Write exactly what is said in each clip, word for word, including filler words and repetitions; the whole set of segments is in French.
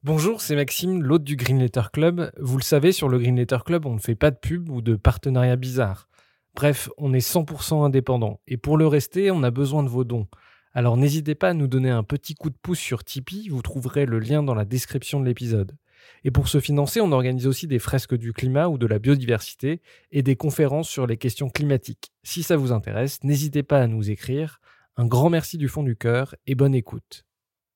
Bonjour, c'est Maxime, l'hôte du Green Letter Club. Vous le savez, sur le Green Letter Club, on ne fait pas de pub ou de partenariat bizarre. Bref, on est cent pour cent indépendant. Et pour le rester, on a besoin de vos dons. Alors n'hésitez pas à nous donner un petit coup de pouce sur Tipeee, vous trouverez le lien dans la description de l'épisode. Et pour se financer, on organise aussi des fresques du climat ou de la biodiversité et des conférences sur les questions climatiques. Si ça vous intéresse, n'hésitez pas à nous écrire. Un grand merci du fond du cœur et bonne écoute.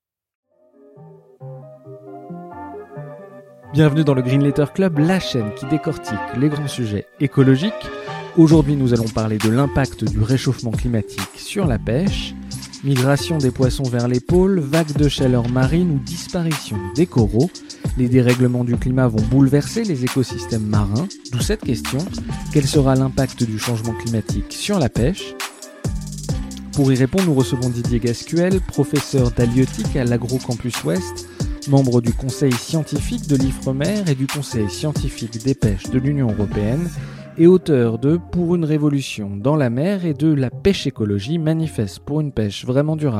Bienvenue dans le Green Letter Club, la chaîne qui décortique les grands sujets écologiques. Aujourd'hui, nous allons parler de l'impact du réchauffement climatique sur la pêche, migration des poissons vers les pôles, vagues de chaleur marine ou disparition des coraux. Les dérèglements du climat vont bouleverser les écosystèmes marins, d'où cette question, quel sera l'impact du changement climatique sur la pêche ? Pour y répondre, nous recevons Didier Gascuel, professeur d'halieutique à l'Agrocampus Ouest, membre du conseil scientifique de l'Ifremer et du conseil scientifique des pêches de l'Union européenne et auteur de « Pour une révolution dans la mer » et de « La pêche écologie, manifeste pour une pêche vraiment durable ».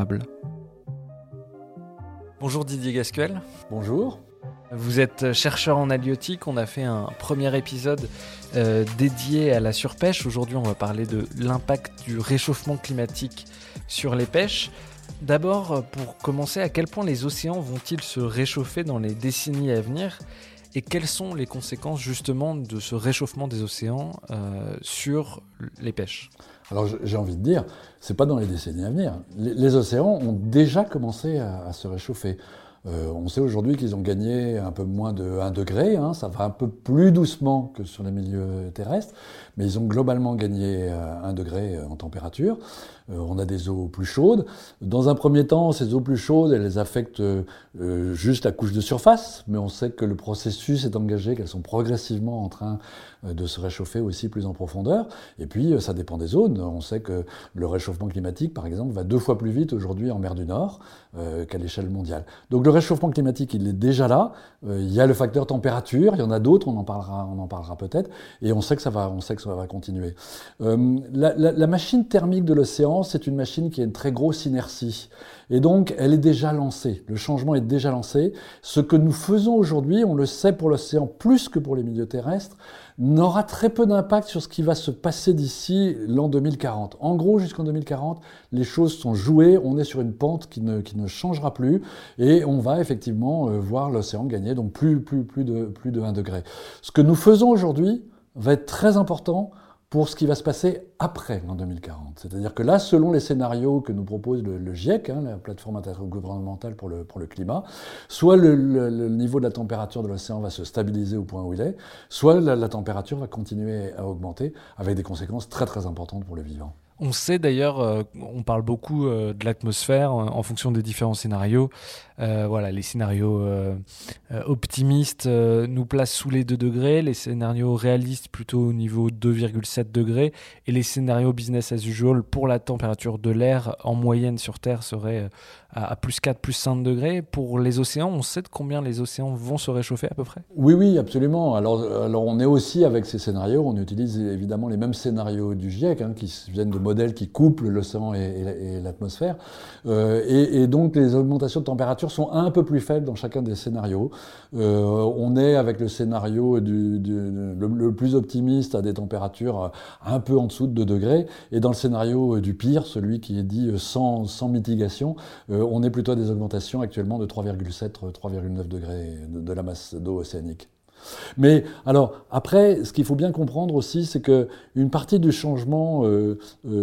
Bonjour Didier Gascuel. Bonjour. Vous êtes chercheur en halieutique, on a fait un premier épisode euh, dédié à la surpêche. Aujourd'hui, on va parler de l'impact du réchauffement climatique sur les pêches. D'abord, pour commencer, à quel point les océans vont-ils se réchauffer dans les décennies à venir ? Et quelles sont les conséquences justement de ce réchauffement des océans euh, sur les pêches ? Alors j'ai envie de dire, c'est pas dans les décennies à venir. Les, les océans ont déjà commencé à, à se réchauffer. Euh, on sait aujourd'hui qu'ils ont gagné un peu moins de un degré, hein, ça va un peu plus doucement que sur les milieux terrestres, mais ils ont globalement gagné un degré en température. Euh, on a des eaux plus chaudes. Dans un premier temps, ces eaux plus chaudes, elles affectent euh, juste la couche de surface, mais on sait que le processus est engagé, qu'elles sont progressivement en train de se réchauffer aussi plus en profondeur. Et puis, ça dépend des zones. On sait que le réchauffement climatique, par exemple, va deux fois plus vite aujourd'hui en mer du Nord euh, qu'à l'échelle mondiale. Donc le réchauffement climatique, il est déjà là. Euh, il y a le facteur température, il y en a d'autres, on en parlera, on en parlera peut-être. Et on sait que ça va, on sait que ça va continuer. Euh, la, la, la machine thermique de l'océan, c'est une machine qui a une très grosse inertie. Et donc, elle est déjà lancée. Le changement est déjà lancé. Ce que nous faisons aujourd'hui, on le sait pour l'océan plus que pour les milieux terrestres, n'aura très peu d'impact sur ce qui va se passer d'ici l'an deux mille quarante. En gros, jusqu'en deux mille quarante, les choses sont jouées. On est sur une pente qui ne, qui ne changera plus. Et on va effectivement euh, voir l'océan gagner, donc plus, plus, plus, de, plus de un degré. Ce que nous faisons aujourd'hui va être très important pour ce qui va se passer après l'an deux mille quarante. C'est-à-dire que là, selon les scénarios que nous propose le, le GIEC, hein, la plateforme intergouvernementale pour le, pour le climat, soit le, le, le niveau de la température de l'océan va se stabiliser au point où il est, soit la, la température va continuer à augmenter avec des conséquences très très importantes pour le vivant. On sait d'ailleurs, euh, on parle beaucoup euh, de l'atmosphère en, en fonction des différents scénarios. Euh, voilà, les scénarios euh, euh, optimistes euh, nous placent sous les deux degrés, les scénarios réalistes plutôt au niveau deux virgule sept degrés, et les scénarios business as usual pour la température de l'air en moyenne sur Terre seraient à, à plus quatre, plus cinq degrés. Pour les océans, on sait de combien les océans vont se réchauffer à peu près ? Oui, oui, absolument. Alors, alors on est aussi avec ces scénarios, on utilise évidemment les mêmes scénarios du GIEC, hein, qui viennent de modèles qui couplent l'océan et, et, et l'atmosphère. Euh, et, et donc les augmentations de température sont un peu plus faibles dans chacun des scénarios. Euh, on est avec le scénario du, du, le, le plus optimiste à des températures un peu en dessous de deux degrés. Et dans le scénario du pire, celui qui est dit sans, sans mitigation, euh, on est plutôt à des augmentations actuellement de trois virgule sept, trois virgule neuf degrés de, de la masse d'eau océanique. Mais alors, après, ce qu'il faut bien comprendre aussi, c'est qu'une partie du changement euh,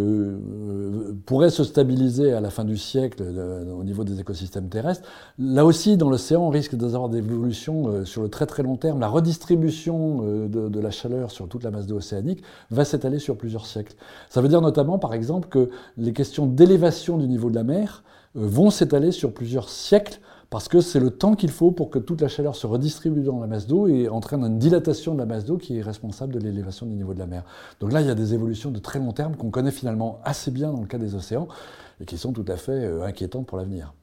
euh, pourrait se stabiliser à la fin du siècle euh, au niveau des écosystèmes terrestres. Là aussi, dans l'océan, on risque d'avoir des évolutions euh, sur le très très long terme. La redistribution euh, de, de la chaleur sur toute la masse d'eau océanique va s'étaler sur plusieurs siècles. Ça veut dire notamment, par exemple, que les questions d'élévation du niveau de la mer euh, vont s'étaler sur plusieurs siècles, parce que c'est le temps qu'il faut pour que toute la chaleur se redistribue dans la masse d'eau et entraîne une dilatation de la masse d'eau qui est responsable de l'élévation du niveau de la mer. Donc là, il y a des évolutions de très long terme qu'on connaît finalement assez bien dans le cas des océans et qui sont tout à fait inquiétantes pour l'avenir.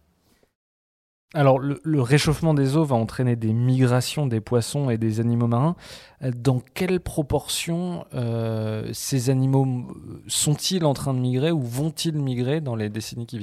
Alors, le, le réchauffement des eaux va entraîner des migrations des poissons et des animaux marins. Dans quelle proportion euh, ces animaux sont-ils en train de migrer ou vont-ils migrer dans les décennies qui viennent ?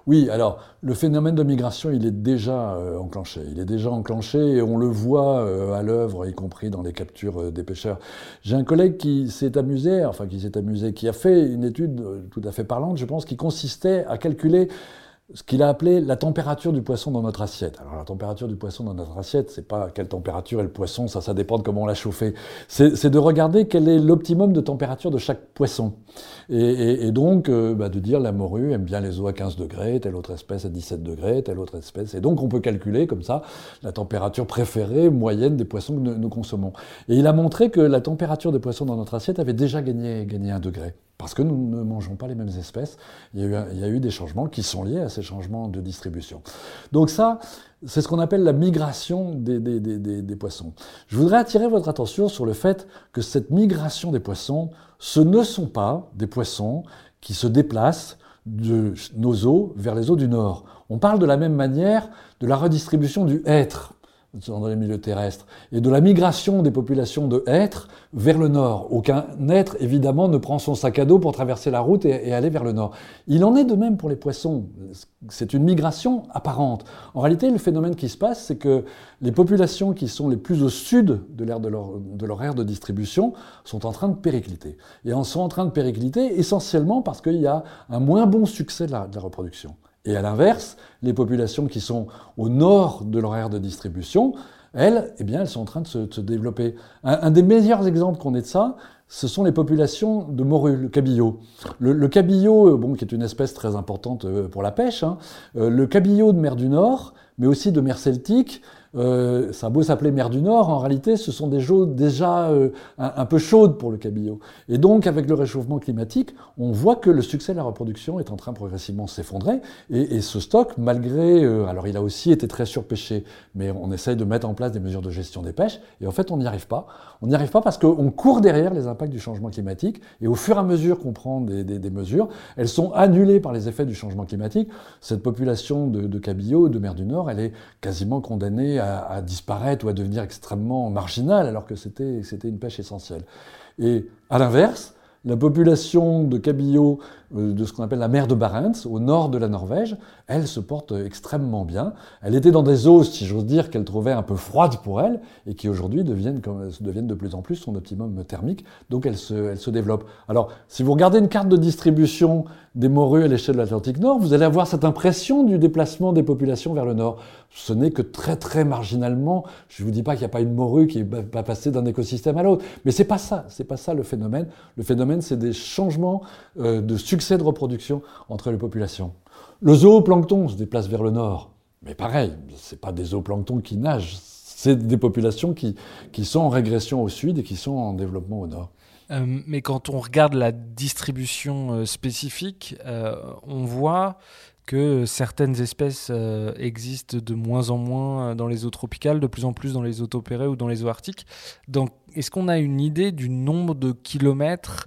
Oui, alors le phénomène de migration, il est déjà euh, enclenché. Il est déjà enclenché et on le voit euh, à l'œuvre, y compris dans les captures euh, des pêcheurs. J'ai un collègue qui s'est amusé, enfin qui s'est amusé, qui a fait une étude euh, tout à fait parlante, je pense, qui consistait à calculer ce qu'il a appelé la température du poisson dans notre assiette. Alors la température du poisson dans notre assiette, c'est pas quelle température est le poisson, ça, ça dépend de comment on l'a chauffé. C'est, c'est de regarder quel est l'optimum de température de chaque poisson. Et, et, et donc, euh, bah, de dire la morue aime bien les eaux à quinze degrés, telle autre espèce à dix-sept degrés, telle autre espèce. Et donc on peut calculer comme ça la température préférée moyenne des poissons que nous, nous consommons. Et il a montré que la température des poissons dans notre assiette avait déjà gagné, gagné un degré. Parce que nous ne mangeons pas les mêmes espèces. Il y a eu, un, il y a eu des changements qui sont liés à ces changements de distribution. Donc ça, c'est ce qu'on appelle la migration des, des, des, des, des poissons. Je voudrais attirer votre attention sur le fait que cette migration des poissons, ce ne sont pas des poissons qui se déplacent de nos eaux vers les eaux du Nord. On parle de la même manière de la redistribution du hêtre dans les milieux terrestres, et de la migration des populations de hêtres vers le nord. Aucun être, évidemment, ne prend son sac à dos pour traverser la route et, et aller vers le nord. Il en est de même pour les poissons. C'est une migration apparente. En réalité, le phénomène qui se passe, c'est que les populations qui sont les plus au sud de, l'aire de, leur, de leur aire de distribution sont en train de péricliter. Et elles sont en train de péricliter essentiellement parce qu'il y a un moins bon succès de la, de la reproduction. Et à l'inverse, les populations qui sont au nord de leur aire de distribution, elles, eh bien, elles sont en train de se, de se développer. Un, un des meilleurs exemples qu'on ait de ça, ce sont les populations de morues, le cabillaud. Le, le cabillaud, bon, qui est une espèce très importante pour la pêche, hein, le cabillaud de mer du Nord, mais aussi de mer Celtique, Euh, ça a beau s'appeler mer du Nord, en réalité, ce sont des eaux déjà euh, un, un peu chaudes pour le cabillaud. Et donc, avec le réchauffement climatique, on voit que le succès de la reproduction est en train progressivement de s'effondrer. Et, et ce stock, malgré... Euh, alors, il a aussi été très surpêché, mais on essaye de mettre en place des mesures de gestion des pêches. Et en fait, on n'y arrive pas. On n'y arrive pas parce qu'on court derrière les impacts du changement climatique. Et au fur et à mesure qu'on prend des, des, des mesures, elles sont annulées par les effets du changement climatique. Cette population de, de cabillaud de mer du Nord, elle est quasiment condamnée à, à disparaître ou à devenir extrêmement marginale, alors que c'était, c'était une pêche essentielle. Et à l'inverse, la population de cabillaud euh, de ce qu'on appelle la mer de Barents, au nord de la Norvège, elle se porte extrêmement bien. Elle était dans des eaux, si j'ose dire, qu'elle trouvait un peu froides pour elle, et qui aujourd'hui deviennent, deviennent de plus en plus son optimum thermique, donc elle se, elle se développe. Alors, si vous regardez une carte de distribution des morues à l'échelle de l'Atlantique Nord, vous allez avoir cette impression du déplacement des populations vers le nord. Ce n'est que très très marginalement. Je ne vous dis pas qu'il n'y a pas une morue qui est pas passée d'un écosystème à l'autre, mais c'est pas ça, c'est pas ça le phénomène. Le phénomène, c'est des changements euh, de succès de reproduction entre les populations. Le zooplancton se déplace vers le nord, mais pareil, c'est pas des zooplanctons qui nagent, c'est des populations qui, qui sont en régression au sud et qui sont en développement au nord. Euh, mais quand on regarde la distribution euh, spécifique, euh, on voit que certaines espèces euh, existent de moins en moins dans les eaux tropicales, de plus en plus dans les eaux tempérées ou dans les eaux arctiques. Donc, est-ce qu'on a une idée du nombre de kilomètres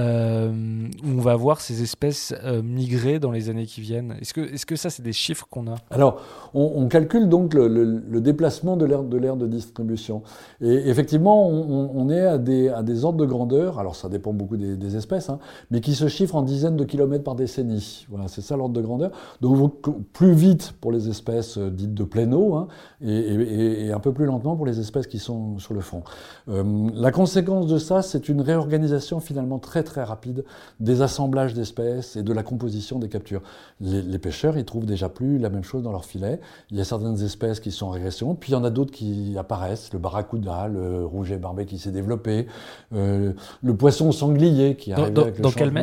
euh, où on va voir ces espèces euh, migrer dans les années qui viennent ? Est-ce que, est-ce que ça, c'est des chiffres qu'on a ? Alors, on, on calcule donc le, le, le déplacement de l'aire de, l'aire de distribution. Et effectivement, on, on est à des, à des ordres de grandeur, alors ça dépend beaucoup des, des espèces, hein, mais qui se chiffrent en dizaines de kilomètres par décennie. Voilà, c'est ça l'ordre de grandeur. Donc, plus vite pour les espèces dites de pleine eau, hein, et, et, et un peu plus lentement pour les espèces qui sont sur le fond. Euh, la conséquence de ça, c'est une réorganisation finalement très très rapide des assemblages d'espèces et de la composition des captures. Les, les pêcheurs, ils trouvent déjà plus la même chose dans leurs filets. Il y a certaines espèces qui sont en régression, puis il y en a d'autres qui apparaissent. Le barracuda, le rouget barbet qui s'est développé, euh, le poisson sanglier qui arrive dans, avec le dans changement. Quelle mer ?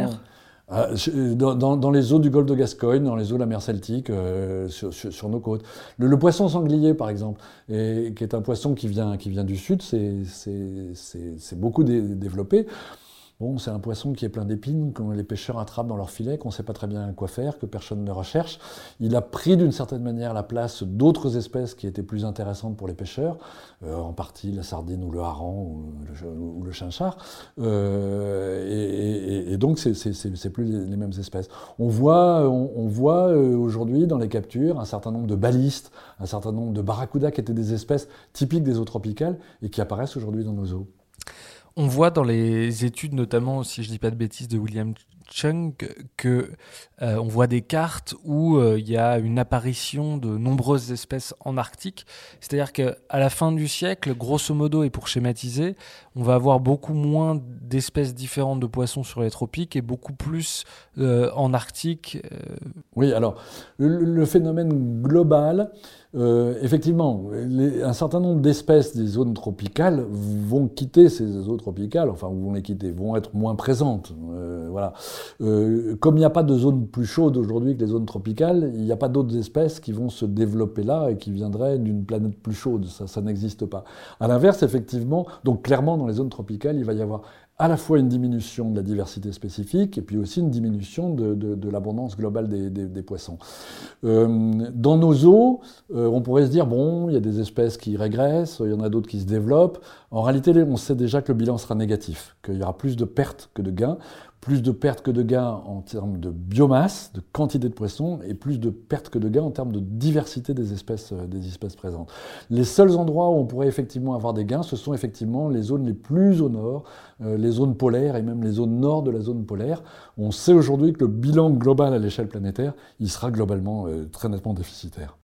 Dans, dans, dans les eaux du golfe de Gascogne, dans les eaux de la mer Celtique, euh, sur, sur, sur nos côtes. Le, le poisson sanglier, par exemple, et, qui est un poisson qui vient, qui vient du sud, c'est, c'est, c'est, c'est beaucoup dé, développé. Bon, c'est un poisson qui est plein d'épines, que les pêcheurs attrapent dans leur filet, qu'on ne sait pas très bien quoi faire, que personne ne recherche. Il a pris d'une certaine manière la place d'autres espèces qui étaient plus intéressantes pour les pêcheurs, euh, en partie la sardine ou le hareng ou le, ou le chinchard. Euh, et, et, et donc, c'est, c'est, c'est, c'est plus les, les mêmes espèces. On voit, on, on voit euh, aujourd'hui dans les captures un certain nombre de balistes, un certain nombre de barracudas qui étaient des espèces typiques des eaux tropicales et qui apparaissent aujourd'hui dans nos eaux. On voit dans les études, notamment, si je ne dis pas de bêtises, de William Chung, que euh, on voit des cartes où euh, il y a une apparition de nombreuses espèces en Arctique. C'est-à-dire qu'à la fin du siècle, grosso modo, et pour schématiser, on va avoir beaucoup moins d'espèces différentes de poissons sur les tropiques et beaucoup plus euh, en Arctique. Euh... Oui, alors, le, le phénomène global, euh, effectivement, les, un certain nombre d'espèces des zones tropicales vont quitter ces zones tropicales, enfin, vont les quitter, vont être moins présentes. Euh, voilà. Euh, comme il n'y a pas de zone plus chaude aujourd'hui que les zones tropicales, il n'y a pas d'autres espèces qui vont se développer là et qui viendraient d'une planète plus chaude. Ça, ça n'existe pas. À l'inverse, effectivement, donc clairement, dans les zones tropicales, il va y avoir à la fois une diminution de la diversité spécifique et puis aussi une diminution de, de, de l'abondance globale des, des, des poissons. Euh, dans nos eaux, euh, on pourrait se dire, bon, il y a des espèces qui régressent, il y en a d'autres qui se développent. En réalité, on sait déjà que le bilan sera négatif, qu'il y aura plus de pertes que de gains. Plus de pertes que de gains en termes de biomasse, de quantité de poissons, et plus de pertes que de gains en termes de diversité des espèces, des espèces présentes. Les seuls endroits où on pourrait effectivement avoir des gains, ce sont effectivement les zones les plus au nord, euh, les zones polaires et même les zones nord de la zone polaire. On sait aujourd'hui que le bilan global à l'échelle planétaire, il sera globalement euh, très nettement déficitaire.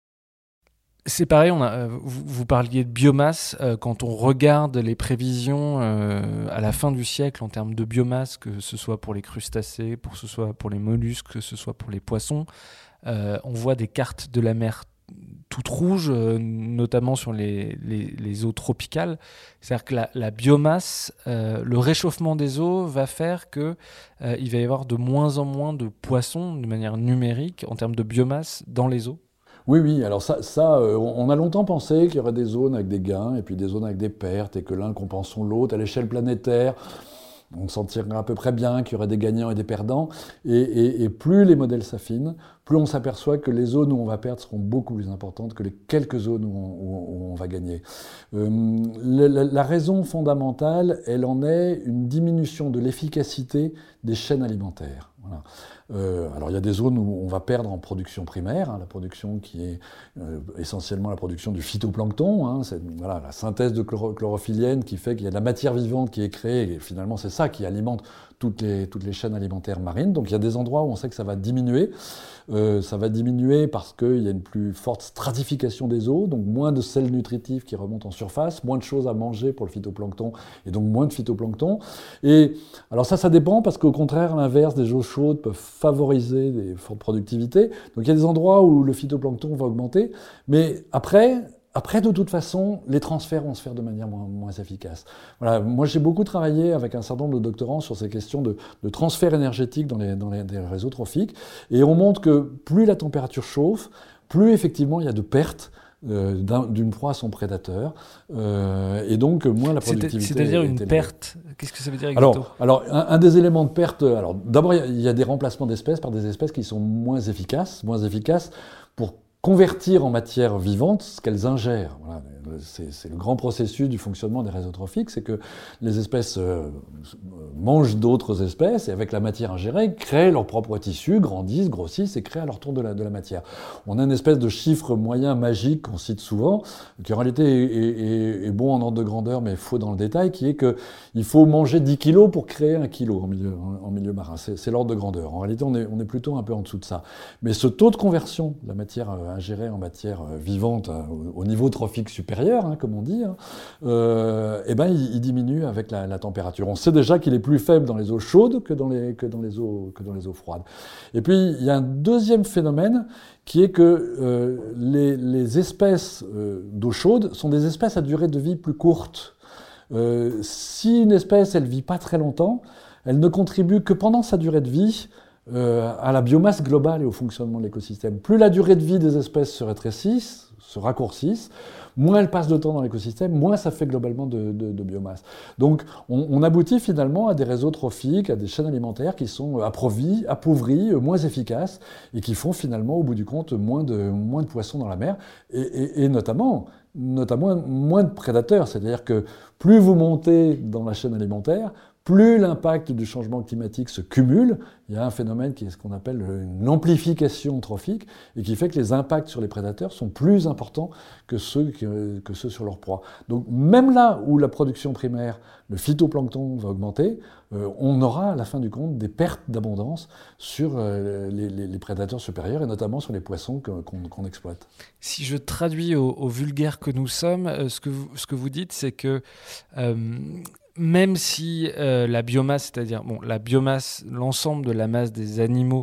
C'est pareil, on a, vous, vous parliez de biomasse. Euh, quand on regarde les prévisions euh, à la fin du siècle en termes de biomasse, que ce soit pour les crustacés, que ce soit pour les mollusques, que ce soit pour les poissons, euh, on voit des cartes de la mer toutes rouges, euh, notamment sur les, les, les eaux tropicales. C'est-à-dire que la, la biomasse, euh, le réchauffement des eaux va faire qu'il euh, va y avoir de moins en moins de poissons de manière numérique en termes de biomasse dans les eaux. Oui, oui, alors ça, ça euh, on a longtemps pensé qu'il y aurait des zones avec des gains et puis des zones avec des pertes et que l'un compensant l'autre à l'échelle planétaire. On s'en tirerait à peu près bien, qu'il y aurait des gagnants et des perdants. Et, et, et plus les modèles s'affinent, plus on s'aperçoit que les zones où on va perdre seront beaucoup plus importantes que les quelques zones où on, où, où on va gagner. Euh, la, la raison fondamentale, elle en est une diminution de l'efficacité des chaînes alimentaires. Voilà. Euh, alors il y a des zones où on va perdre en production primaire, hein, la production qui est euh, essentiellement la production du phytoplancton, hein, c'est voilà, la synthèse de chloro- chlorophyllienne qui fait qu'il y a de la matière vivante qui est créée, et finalement c'est ça qui alimente toutes les, toutes les chaînes alimentaires marines. Donc il y a des endroits où on sait que ça va diminuer. Euh, ça va diminuer parce qu'il y a une plus forte stratification des eaux, donc moins de sels nutritifs qui remontent en surface, moins de choses à manger pour le phytoplancton, et donc moins de phytoplancton. Et alors ça, ça dépend, parce qu'au contraire, à l'inverse, des eaux chaudes peuvent favoriser des fortes productivités. Donc il y a des endroits où le phytoplancton va augmenter, mais après... Après, de toute façon, les transferts vont se faire de manière moins, moins efficace. Voilà, moi, j'ai beaucoup travaillé avec un certain nombre de doctorants sur ces questions de, de transfert énergétique dans les, dans les, les réseaux trophiques. Et on montre que plus la température chauffe, plus effectivement il y a de pertes euh, d'un, d'une proie à son prédateur. Euh, et donc, moins la productivité. C'est, c'est-à-dire une perte. Qu'est-ce que ça veut dire exactement ? Alors, alors un, un des éléments de perte. Alors, d'abord, il y, y a des remplacements d'espèces par des espèces qui sont moins efficaces, moins efficaces pour convertir en matière vivante ce qu'elles ingèrent. Voilà. C'est, c'est le grand processus du fonctionnement des réseaux trophiques, c'est que les espèces euh, mangent d'autres espèces et avec la matière ingérée, créent leurs propres tissus, grandissent, grossissent et créent à leur tour de la, de la matière. On a une espèce de chiffre moyen magique qu'on cite souvent, qui en réalité est, est, est bon en ordre de grandeur mais faux dans le détail, qui est qu'il faut manger dix kilos pour créer un kilo en milieu, en, en milieu marin. C'est, c'est l'ordre de grandeur. En réalité, on est, on est plutôt un peu en dessous de ça. Mais ce taux de conversion de la matière ingérée en matière vivante au, au niveau trophique supérieur, Hein, comme on dit, hein, euh, eh ben, il, il diminue avec la, la température. On sait déjà qu'il est plus faible dans les eaux chaudes que dans les, que dans les, eaux, que dans les eaux froides. Et puis, il y a un deuxième phénomène qui est que euh, les, les espèces euh, d'eau chaude sont des espèces à durée de vie plus courte. Euh, si une espèce, elle vit pas très longtemps, elle ne contribue que pendant sa durée de vie euh, à la biomasse globale et au fonctionnement de l'écosystème. Plus la durée de vie des espèces se rétrécisse, se raccourcissent, moins elles passent de temps dans l'écosystème, moins ça fait globalement de, de, de biomasse. Donc on, on aboutit finalement à des réseaux trophiques, à des chaînes alimentaires qui sont appauvries, appauvries, moins efficaces, et qui font finalement au bout du compte moins de, moins de poissons dans la mer, et, et, et notamment, notamment moins de prédateurs. C'est-à-dire que plus vous montez dans la chaîne alimentaire, plus l'impact du changement climatique se cumule, il y a un phénomène qui est ce qu'on appelle une amplification trophique et qui fait que les impacts sur les prédateurs sont plus importants que ceux, que, que ceux sur leur proie. Donc même là où la production primaire, le phytoplancton va augmenter, euh, on aura à la fin du compte des pertes d'abondance sur euh, les, les, les prédateurs supérieurs et notamment sur les poissons que, qu'on, qu'on exploite. Si je traduis au, au vulgaire que nous sommes, euh, ce, que vous, ce que vous dites, c'est que euh, même si euh, la biomasse, c'est-à-dire bon, la biomasse, l'ensemble de la masse des animaux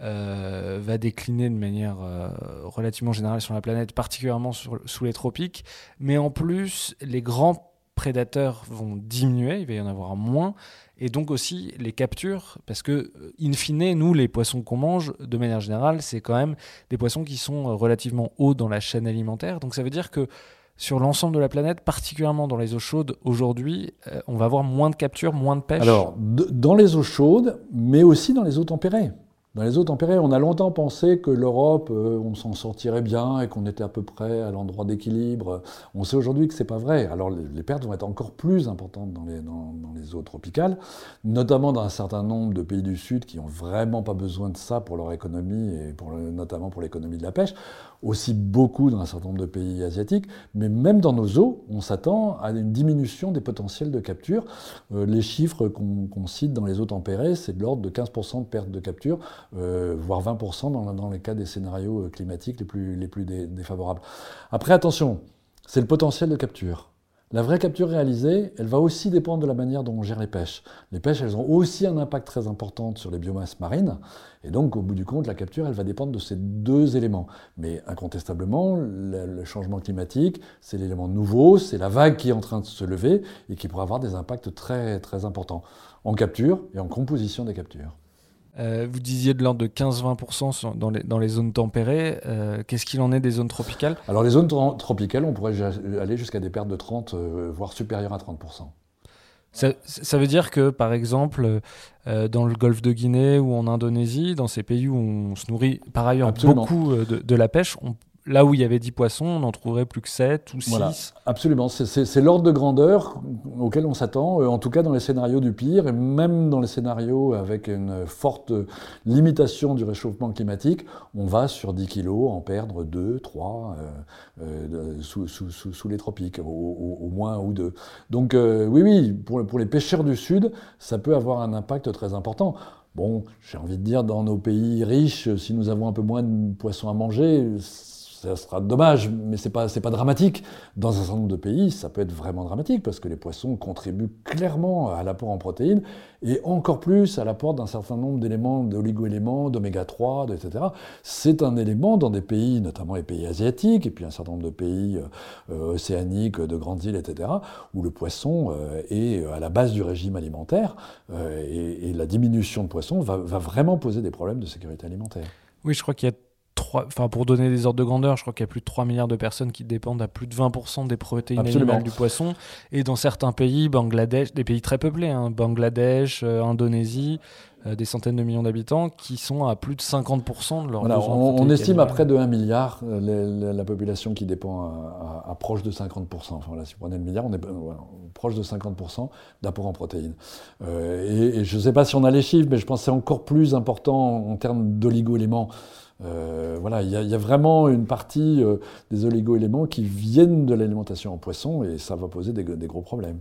euh, va décliner de manière euh, relativement générale sur la planète, particulièrement sur, sous les tropiques, mais en plus, les grands prédateurs vont diminuer, il va y en avoir moins, et donc aussi les captures, parce que, in fine, nous, les poissons qu'on mange, de manière générale, c'est quand même des poissons qui sont relativement hauts dans la chaîne alimentaire, donc ça veut dire que sur l'ensemble de la planète, particulièrement dans les eaux chaudes, aujourd'hui, euh, on va avoir moins de captures, moins de pêche. Alors, d- dans les eaux chaudes, mais aussi dans les eaux tempérées. Dans les eaux tempérées, on a longtemps pensé que l'Europe, euh, on s'en sortirait bien et qu'on était à peu près à l'endroit d'équilibre. On sait aujourd'hui que c'est pas vrai. Alors les, les pertes vont être encore plus importantes dans les, dans, dans les eaux tropicales, notamment dans un certain nombre de pays du Sud qui n'ont vraiment pas besoin de ça pour leur économie et pour le, notamment pour l'économie de la pêche. Aussi beaucoup dans un certain nombre de pays asiatiques, mais même dans nos eaux, on s'attend à une diminution des potentiels de capture. Euh, les chiffres qu'on, qu'on cite dans les eaux tempérées, c'est de l'ordre de quinze pour cent de perte de capture, euh, voire vingt pour cent dans, dans les cas des scénarios climatiques les plus, les plus dé, défavorables. Après, attention, c'est le potentiel de capture. La vraie capture réalisée, elle va aussi dépendre de la manière dont on gère les pêches. Les pêches, elles ont aussi un impact très important sur les biomasses marines, et donc au bout du compte, la capture, elle va dépendre de ces deux éléments. Mais incontestablement, le, le changement climatique, c'est l'élément nouveau, c'est la vague qui est en train de se lever et qui pourra avoir des impacts très, très importants en capture et en composition des captures. Euh, vous disiez de l'ordre de quinze à vingt pour cent dans les, dans les zones tempérées. Euh, qu'est-ce qu'il en est des zones tropicales ? Alors les zones tra- tropicales, on pourrait aller jusqu'à des pertes de trente, euh, voire supérieures à trente pour cent. Ça, ça veut dire que, par exemple, euh, dans le golfe de Guinée ou en Indonésie, dans ces pays où on se nourrit par ailleurs Absolument. beaucoup de, de la pêche, on, là où il y avait dix poissons, on n'en trouverait plus que sept ou six. Voilà, absolument. C'est, c'est, c'est l'ordre de grandeur auquel on s'attend, en tout cas dans les scénarios du pire, et même dans les scénarios avec une forte limitation du réchauffement climatique, on va sur dix kilos en perdre deux, trois euh, euh, sous, sous, sous, sous les tropiques, au, au, au moins un ou deux. Donc euh, oui, oui, pour, pour les pêcheurs du Sud, ça peut avoir un impact très important. Bon, j'ai envie de dire, dans nos pays riches, si nous avons un peu moins de poissons à manger, ça sera dommage, mais c'est pas, c'est pas dramatique. Dans un certain nombre de pays, ça peut être vraiment dramatique parce que les poissons contribuent clairement à l'apport en protéines et encore plus à l'apport d'un certain nombre d'éléments, d'oligo-éléments, d'oméga trois, et cetera. C'est un élément dans des pays, notamment les pays asiatiques et puis un certain nombre de pays euh, océaniques, de grandes îles, et cetera, où le poisson euh, est à la base du régime alimentaire euh, et, et la diminution de poissons va, va vraiment poser des problèmes de sécurité alimentaire. Oui, je crois qu'il y a trois, enfin pour donner des ordres de grandeur, je crois qu'il y a plus de trois milliards de personnes qui dépendent à plus de vingt pour cent des protéines Absolument. animales du poisson. Et dans certains pays, Bangladesh, des pays très peuplés, hein, Bangladesh, euh, Indonésie, euh, des centaines de millions d'habitants, qui sont à plus de cinquante pour cent de leurs voilà, besoins. On, on estime à près de un milliard euh, les, les, la population qui dépend à, à, à proche de cinquante pour cent. Enfin, voilà, si vous prenez le milliard, on est euh, voilà, proche de cinquante pour cent d'apport en protéines. Euh, et, et je ne sais pas si on a les chiffres, mais je pense que c'est encore plus important en, en termes d'oligo-éléments. Euh, voilà, il y, y a vraiment une partie euh, des oligo-éléments qui viennent de l'alimentation en poisson et ça va poser des, des gros problèmes.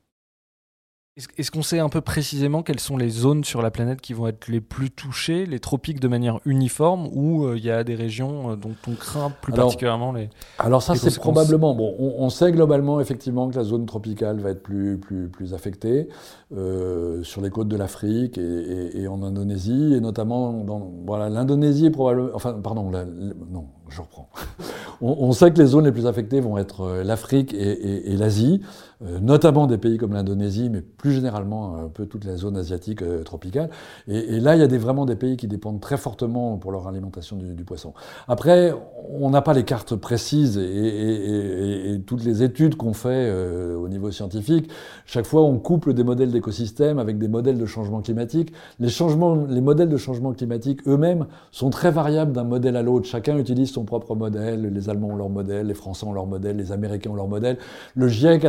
Est-ce qu'on sait un peu précisément quelles sont les zones sur la planète qui vont être les plus touchées, les tropiques de manière uniforme, ou il euh, y a des régions euh, dont on craint plus alors, particulièrement les Alors ça, les c'est probablement... Bon, on, on sait globalement, effectivement, que la zone tropicale va être plus, plus, plus affectée euh, sur les côtes de l'Afrique et, et, et en Indonésie, et notamment dans... Voilà, l'Indonésie est probablement... Enfin, pardon, la, la, non, je reprends. on, on sait que les zones les plus affectées vont être euh, l'Afrique et, et, et l'Asie, euh, notamment des pays comme l'Indonésie, mais plus généralement un peu toute la zone asiatique euh, tropicale. Et, et là, il y a des, vraiment des pays qui dépendent très fortement pour leur alimentation du, du poisson. Après, on n'a pas les cartes précises et, et, et, et toutes les études qu'on fait euh, au niveau scientifique. Chaque fois, on couple des modèles d'écosystèmes avec des modèles de changement climatique. Les, changements, les modèles de changement climatique eux-mêmes sont très variables d'un modèle à l'autre. Chacun utilise son propre modèle. Les Allemands ont leur modèle, les Français ont leur modèle, les Américains ont leur modèle. Le GIEC, à la fin, fait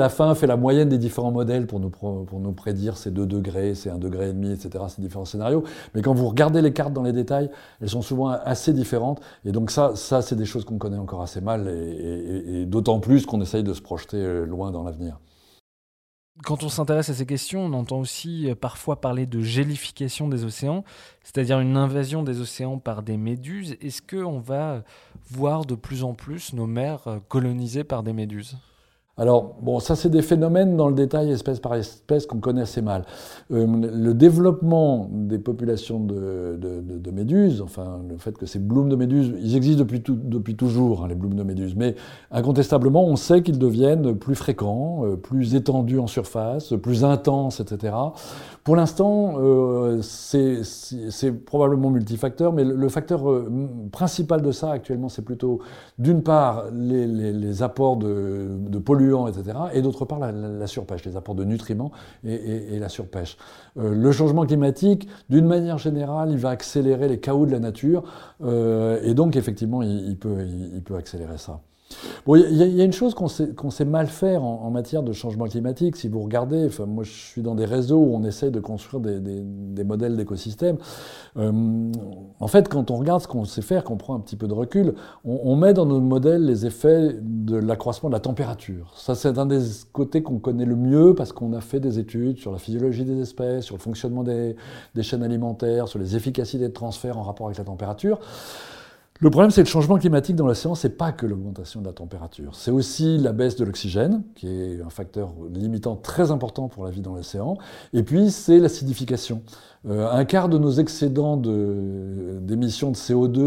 fait la moyenne des différents modèles pour nous, pro, pour nous prédire ces deux degrés, ces un degré et demi, et cetera, ces différents scénarios. Mais quand vous regardez les cartes dans les détails, elles sont souvent assez différentes. Et donc ça, ça c'est des choses qu'on connaît encore assez mal, et, et, et d'autant plus qu'on essaye de se projeter loin dans l'avenir. Quand on s'intéresse à ces questions, on entend aussi parfois parler de gélification des océans, c'est-à-dire une invasion des océans par des méduses. Est-ce qu'on va voir de plus en plus nos mers colonisées par des méduses ? Alors, bon, ça c'est des phénomènes dans le détail, espèce par espèce, qu'on connaît assez mal. Euh, le développement des populations de, de, de, de méduses, enfin le fait que ces blooms de méduses, ils existent depuis, tout, depuis toujours, hein, les blooms de méduses, mais incontestablement, on sait qu'ils deviennent plus fréquents, euh, plus étendus en surface, plus intenses, et cetera. Pour l'instant, euh, c'est, c'est, c'est probablement multifacteur, mais le, le facteur euh, principal de ça actuellement, c'est plutôt, d'une part, les, les, les apports de, de polluants, et cetera, et d'autre part, la, la, la surpêche, les apports de nutriments et, et, et la surpêche. Euh, le changement climatique, d'une manière générale, il va accélérer les chaos de la nature, euh, et donc, effectivement, il, il, peut, il, il peut accélérer ça. Bon, il y, y a une chose qu'on sait, qu'on sait mal faire en, en matière de changement climatique. Si vous regardez, enfin, moi je suis dans des réseaux où on essaye de construire des, des, des modèles d'écosystèmes. Euh, en fait, quand on regarde ce qu'on sait faire, qu'on prend un petit peu de recul, on, on met dans nos modèles les effets de l'accroissement de la température. Ça, c'est un des côtés qu'on connaît le mieux parce qu'on a fait des études sur la physiologie des espèces, sur le fonctionnement des, des chaînes alimentaires, sur les efficacités de transfert en rapport avec la température. Le problème, c'est que le changement climatique dans l'océan, c'est pas que l'augmentation de la température. C'est aussi la baisse de l'oxygène, qui est un facteur limitant très important pour la vie dans l'océan. Et puis, c'est l'acidification. Euh, un quart de nos excédents de, d'émissions de C O deux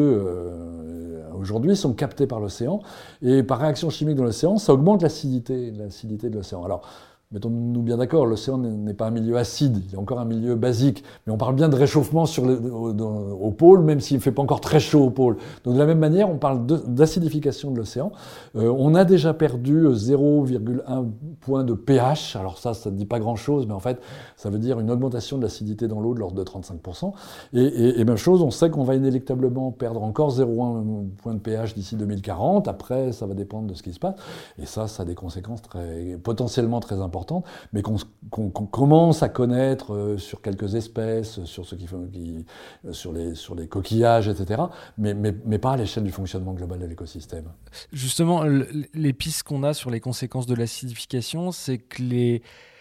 euh, aujourd'hui sont captés par l'océan. Et par réaction chimique dans l'océan, ça augmente l'acidité, l'acidité de l'océan. Alors, mettons-nous bien d'accord, l'océan n'est pas un milieu acide, il est encore un milieu basique. Mais on parle bien de réchauffement sur le, au, au pôle, même s'il ne fait pas encore très chaud au pôle. Donc de la même manière, on parle de, d'acidification de l'océan. Euh, on a déjà perdu zéro virgule un point de pH. Alors ça, ça ne dit pas grand-chose, mais en fait, ça veut dire une augmentation de l'acidité dans l'eau de l'ordre de trente-cinq pour cent. Et, et, et même chose, on sait qu'on va inéluctablement perdre encore zéro virgule un point de pH d'ici deux mille quarante. Après, ça va dépendre de ce qui se passe. Et ça, ça a des conséquences très, potentiellement très importantes. Mais qu'on, qu'on, qu'on commence à connaître euh, sur quelques espèces, sur, ce qui, qui, euh, sur, les, sur les coquillages, et cetera, mais, mais, mais pas à l'échelle du fonctionnement global de l'écosystème. Justement, les pistes qu'on a sur les conséquences de l'acidification, c'est que les...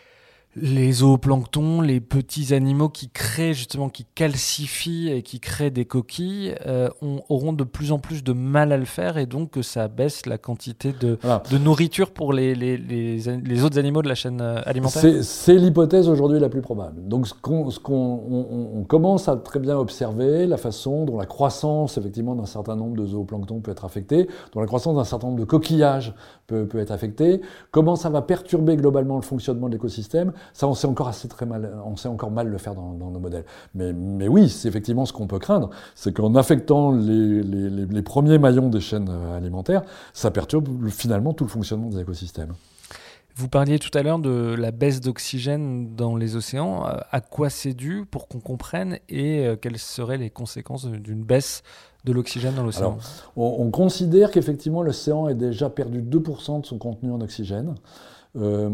les zooplanctons, les petits animaux qui créent justement, qui calcifient et qui créent des coquilles, euh, on, auront de plus en plus de mal à le faire et donc que ça baisse la quantité de, voilà. de nourriture pour les, les, les, les autres animaux de la chaîne alimentaire. C'est, c'est l'hypothèse aujourd'hui la plus probable. Donc ce qu'on, ce qu'on on, on commence à très bien observer, la façon dont la croissance effectivement d'un certain nombre de zooplanctons peut être affectée, dont la croissance d'un certain nombre de coquillages peut, peut être affectée, comment ça va perturber globalement le fonctionnement de l'écosystème. Ça, on sait encore assez très mal, on sait encore mal le faire dans, dans nos modèles. Mais, mais oui, c'est effectivement ce qu'on peut craindre, c'est qu'en affectant les, les, les, les premiers maillons des chaînes alimentaires, ça perturbe finalement tout le fonctionnement des écosystèmes. Vous parliez tout à l'heure de la baisse d'oxygène dans les océans. À quoi c'est dû pour qu'on comprenne et quelles seraient les conséquences d'une baisse de l'oxygène dans l'océan? Alors, on, on considère qu'effectivement l'océan a déjà perdu deux pour cent de son contenu en oxygène. Euh,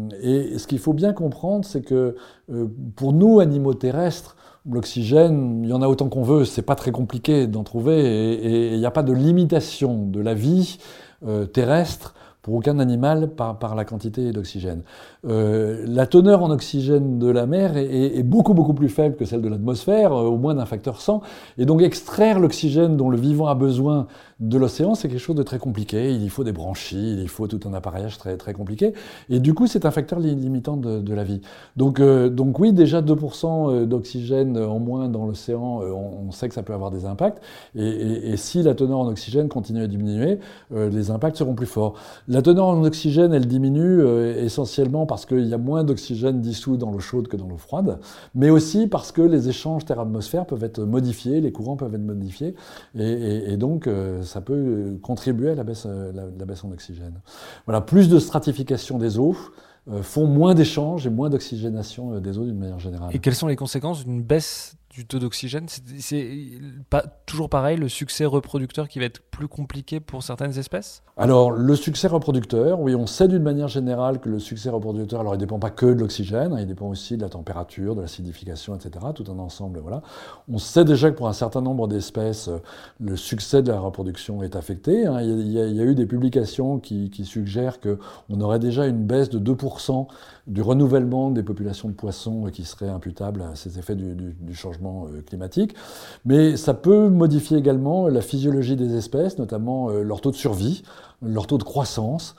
et ce qu'il faut bien comprendre, c'est que euh, pour nous, animaux terrestres, l'oxygène, il y en a autant qu'on veut, c'est pas très compliqué d'en trouver, et il n'y a pas de limitation de la vie euh, terrestre pour aucun animal par, par la quantité d'oxygène. Euh, la teneur en oxygène de la mer est, est, est beaucoup beaucoup plus faible que celle de l'atmosphère, euh, au moins d'un facteur cent, et donc extraire l'oxygène dont le vivant a besoin de l'océan, c'est quelque chose de très compliqué. Il y faut des branchies, il faut tout un appareillage très très compliqué, et du coup c'est un facteur limitant de, de la vie. Donc, euh, donc oui, déjà deux pour cent d'oxygène en moins dans l'océan, euh, on, on sait que ça peut avoir des impacts, et, et, et si la teneur en oxygène continue à diminuer, euh, les impacts seront plus forts. La teneur en oxygène, elle diminue euh, essentiellement parce qu'il y a moins d'oxygène dissous dans l'eau chaude que dans l'eau froide, mais aussi parce que les échanges terre-atmosphère peuvent être modifiés, les courants peuvent être modifiés, et, et, et donc euh, ça peut contribuer à la baisse, la, la baisse en oxygène. Voilà, plus de stratification des eaux euh, font moins d'échanges et moins d'oxygénation des eaux d'une manière générale. Et quelles sont les conséquences d'une baisse du taux d'oxygène. C'est, c'est pas, toujours pareil, le succès reproducteur qui va être plus compliqué pour certaines espèces? Alors, le succès reproducteur, oui, on sait d'une manière générale que le succès reproducteur, alors il ne dépend pas que de l'oxygène, hein, il dépend aussi de la température, de l'acidification, et cetera, tout un ensemble, voilà. On sait déjà que pour un certain nombre d'espèces, le succès de la reproduction est affecté, hein. Il, y a, il y a eu des publications qui, qui suggèrent qu'on aurait déjà une baisse de deux pour cent du renouvellement des populations de poissons qui serait imputable à ces effets du, du, du changement climatique. Mais ça peut modifier également la physiologie des espèces, notamment leur taux de survie, leur taux de croissance,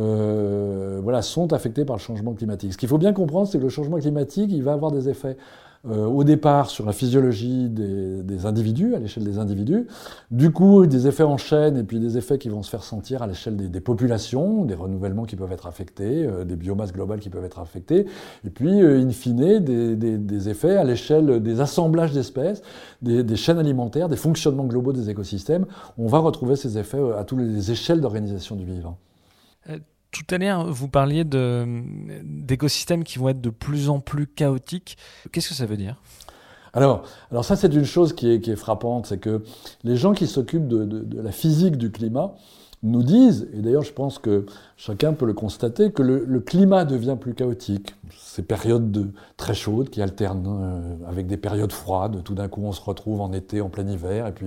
euh, voilà, sont affectés par le changement climatique. Ce qu'il faut bien comprendre, c'est que le changement climatique, il va avoir des effets euh, au départ sur la physiologie des, des individus, à l'échelle des individus, du coup des effets en chaîne et puis des effets qui vont se faire sentir à l'échelle des, des populations, des renouvellements qui peuvent être affectés, euh, des biomasses globales qui peuvent être affectées, et puis euh, in fine des, des, des effets à l'échelle des assemblages d'espèces, des, des chaînes alimentaires, des fonctionnements globaux des écosystèmes. On va retrouver ces effets à toutes les échelles d'organisation du vivant. Euh, tout à l'heure, vous parliez de, d'écosystèmes qui vont être de plus en plus chaotiques. Qu'est-ce que ça veut dire ? Alors, alors ça, c'est une chose qui est, qui est frappante, c'est que les gens qui s'occupent de, de, de la physique du climat nous disent, et d'ailleurs je pense que chacun peut le constater, que le, le climat devient plus chaotique. Ces périodes de, très chaudes qui alternent euh, avec des périodes froides, tout d'un coup on se retrouve en été, en plein hiver, et puis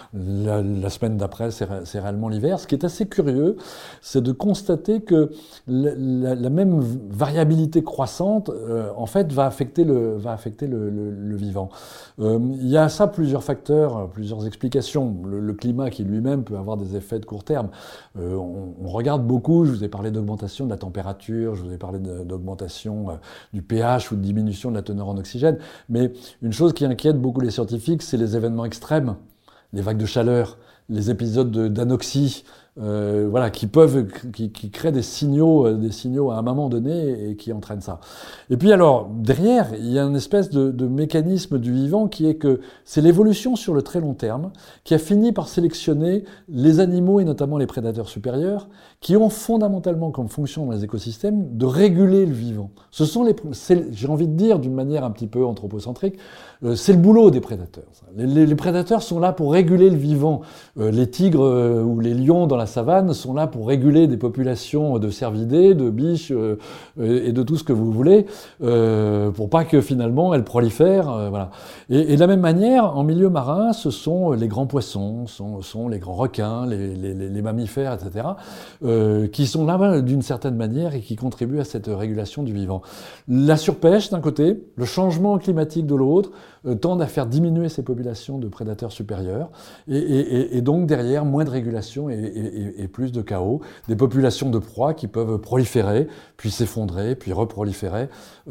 la, la semaine d'après c'est, c'est réellement l'hiver. Ce qui est assez curieux, c'est de constater que la, la, la même variabilité croissante, euh, en fait, va affecter le, va affecter le, le, le vivant. Euh, il y a à ça plusieurs facteurs, plusieurs explications. Le, le climat qui lui-même peut avoir des effets de court terme. Euh, on, on regarde beaucoup, je vous ai parlé d'augmentation de la température, je vous ai parlé de, d'augmentation euh, du pH ou de diminution de la teneur en oxygène, mais une chose qui inquiète beaucoup les scientifiques, c'est les événements extrêmes, les vagues de chaleur, les épisodes de, d'anoxie, euh, voilà, qui peuvent, qui, qui créent des signaux, euh, des signaux à un moment donné et qui entraînent ça. Et puis alors, derrière, il y a une espèce de, de mécanisme du vivant qui est que c'est l'évolution sur le très long terme qui a fini par sélectionner les animaux et notamment les prédateurs supérieurs qui ont fondamentalement comme fonction dans les écosystèmes de réguler le vivant. Ce sont les, c'est, j'ai envie de dire d'une manière un petit peu anthropocentrique, euh, c'est le boulot des prédateurs. Les, les, les prédateurs sont là pour réguler le vivant. Euh, les tigres euh, ou les lions dans la savane sont là pour réguler des populations de cervidés, de biches euh, et de tout ce que vous voulez, euh, pour pas que finalement elles prolifèrent. Euh, voilà. Et, et de la même manière, en milieu marin, ce sont les grands poissons, sont, sont les grands requins, les, les, les mammifères, et cetera, euh, qui sont là d'une certaine manière et qui contribuent à cette régulation du vivant. La surpêche d'un côté, le changement climatique de l'autre, euh, tendent à faire diminuer ces populations de prédateurs supérieurs et, et, et donc derrière moins de régulation et, et, et plus de chaos, des populations de proies qui peuvent proliférer, puis s'effondrer, puis reproliférer,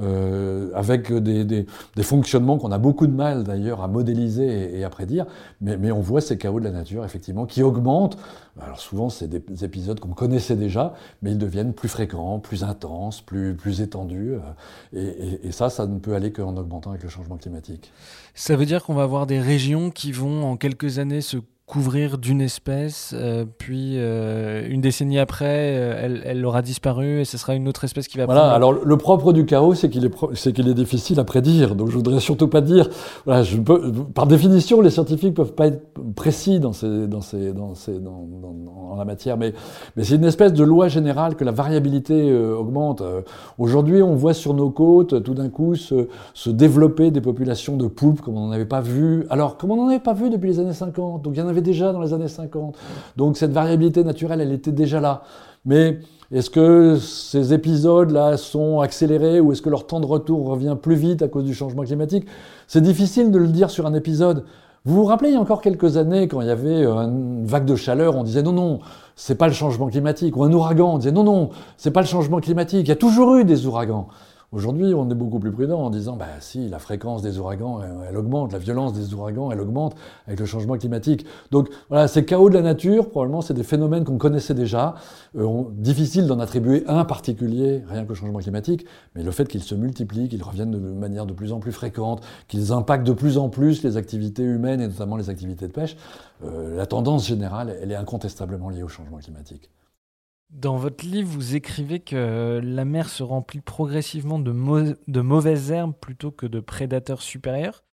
euh, avec des, des, des fonctionnements qu'on a beaucoup de mal d'ailleurs à modéliser et, et à prédire, mais, mais on voit ces chaos de la nature effectivement qui augmentent. Alors souvent c'est des épisodes qu'on connaissait déjà, mais ils deviennent plus fréquents, plus intenses, plus, plus étendus, et, et, et ça, ça ne peut aller qu'en augmentant avec le changement climatique. Ça veut dire qu'on va avoir des régions qui vont en quelques années se couvrir d'une espèce, euh, puis euh, une décennie après, euh, elle, elle aura disparu et ce sera une autre espèce qui va voilà, prendre... alors le propre du chaos, c'est qu'il est, pro- c'est qu'il est difficile à prédire. Donc je voudrais surtout pas dire... Voilà, je peux, par définition, les scientifiques peuvent pas être précis dans, ces, dans, ces, dans, ces, dans, dans, dans la matière, mais, mais c'est une espèce de loi générale que la variabilité euh, augmente. Euh, aujourd'hui, on voit sur nos côtes, tout d'un coup, se, se développer des populations de poulpes comme on n'en avait pas vu. Alors, comme on n'en avait pas vu depuis les années cinquante, donc il y en avait déjà dans les années cinquante. Donc cette variabilité naturelle, elle était déjà là. Mais est-ce que ces épisodes-là sont accélérés ou est-ce que leur temps de retour revient plus vite à cause du changement climatique ? C'est difficile de le dire sur un épisode. Vous vous rappelez, il y a encore quelques années, quand il y avait une vague de chaleur, on disait non, non, c'est pas le changement climatique. Ou un ouragan, on disait non, non, c'est pas le changement climatique. Il y a toujours eu des ouragans. Aujourd'hui, on est beaucoup plus prudent en disant bah si, la fréquence des ouragans, elle, elle augmente, la violence des ouragans, elle augmente avec le changement climatique. Donc voilà, ces chaos de la nature, probablement, c'est des phénomènes qu'on connaissait déjà. Euh, on, difficile d'en attribuer un particulier, rien qu'au changement climatique, mais le fait qu'ils se multiplient, qu'ils reviennent de manière de plus en plus fréquente, qu'ils impactent de plus en plus les activités humaines et notamment les activités de pêche, euh, la tendance générale, elle est incontestablement liée au changement climatique. Dans votre livre, vous écrivez que la mer se remplit progressivement de, mau- de mauvaises herbes plutôt que de prédateurs supérieurs.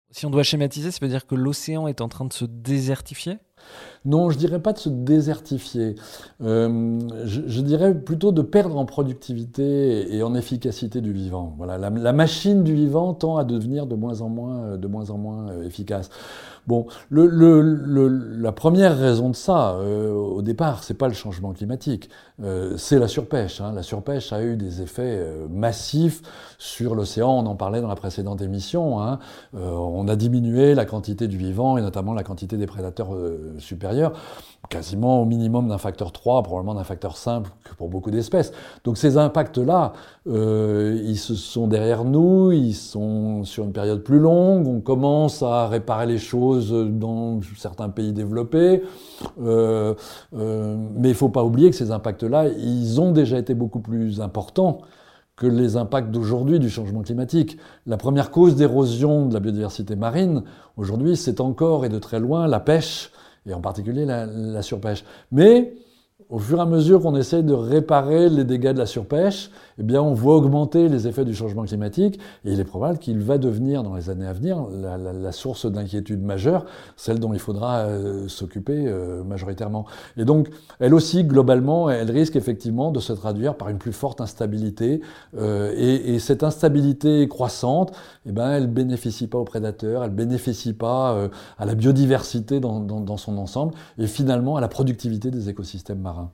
Si on doit schématiser, ça veut dire que l'océan est en train de se désertifier ? Non, je dirais pas de se désertifier. Euh, je, je dirais plutôt de perdre en productivité et en efficacité du vivant. Voilà, la, la machine du vivant tend à devenir de moins en moins, de moins en moins euh, efficace. Bon, le, le, le, la première raison de ça, euh, au départ, c'est pas le changement climatique, euh, c'est la surpêche. Hein. La surpêche a eu des effets euh, massifs sur l'océan. On en parlait dans la précédente émission. Hein. Euh, on a diminué la quantité du vivant et notamment la quantité des prédateurs euh, supérieurs, quasiment au minimum d'un facteur trois, probablement d'un facteur cinq pour beaucoup d'espèces. Donc ces impacts-là, euh, ils se sont derrière nous, ils sont sur une période plus longue. On commence à réparer les choses dans certains pays développés, euh, euh, mais il ne faut pas oublier que ces impacts-là, ils ont déjà été beaucoup plus importants que les impacts d'aujourd'hui du changement climatique. La première cause d'érosion de la biodiversité marine, aujourd'hui, c'est encore et de très loin la pêche, et en particulier la, la surpêche. Mais au fur et à mesure qu'on essaie de réparer les dégâts de la surpêche, eh bien, on voit augmenter les effets du changement climatique, et il est probable qu'il va devenir, dans les années à venir, la, la, la source d'inquiétude majeure, celle dont il faudra euh, s'occuper euh, majoritairement. Et donc, elle aussi, globalement, elle risque effectivement de se traduire par une plus forte instabilité, euh, et, et cette instabilité croissante, eh ben, elle ne bénéficie pas aux prédateurs, elle ne bénéficie pas euh, à la biodiversité dans, dans, dans son ensemble, et finalement à la productivité des écosystèmes marins.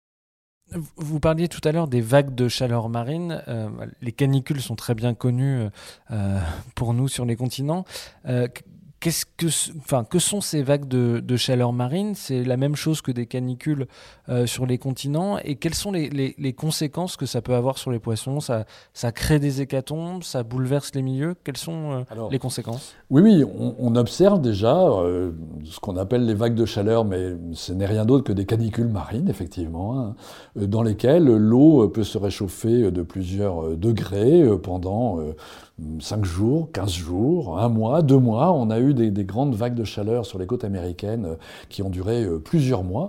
Vous parliez tout à l'heure des vagues de chaleur marine. Euh, les canicules sont très bien connues euh, pour nous sur les continents. Euh, Qu'est-ce que, enfin, que sont ces vagues de, de chaleur marine ? C'est la même chose que des canicules euh, sur les continents. Et quelles sont les, les, les conséquences que ça peut avoir sur les poissons ? ça, ça crée des hécatombes, ça bouleverse les milieux. Quelles sont euh, Alors, les conséquences ? Oui, oui, on, on observe déjà euh, ce qu'on appelle les vagues de chaleur, mais ce n'est rien d'autre que des canicules marines, effectivement, hein, dans lesquelles l'eau peut se réchauffer de plusieurs degrés pendant euh, cinq jours, quinze jours, un mois, deux mois. On a eu des, des grandes vagues de chaleur sur les côtes américaines euh, qui ont duré euh, plusieurs mois,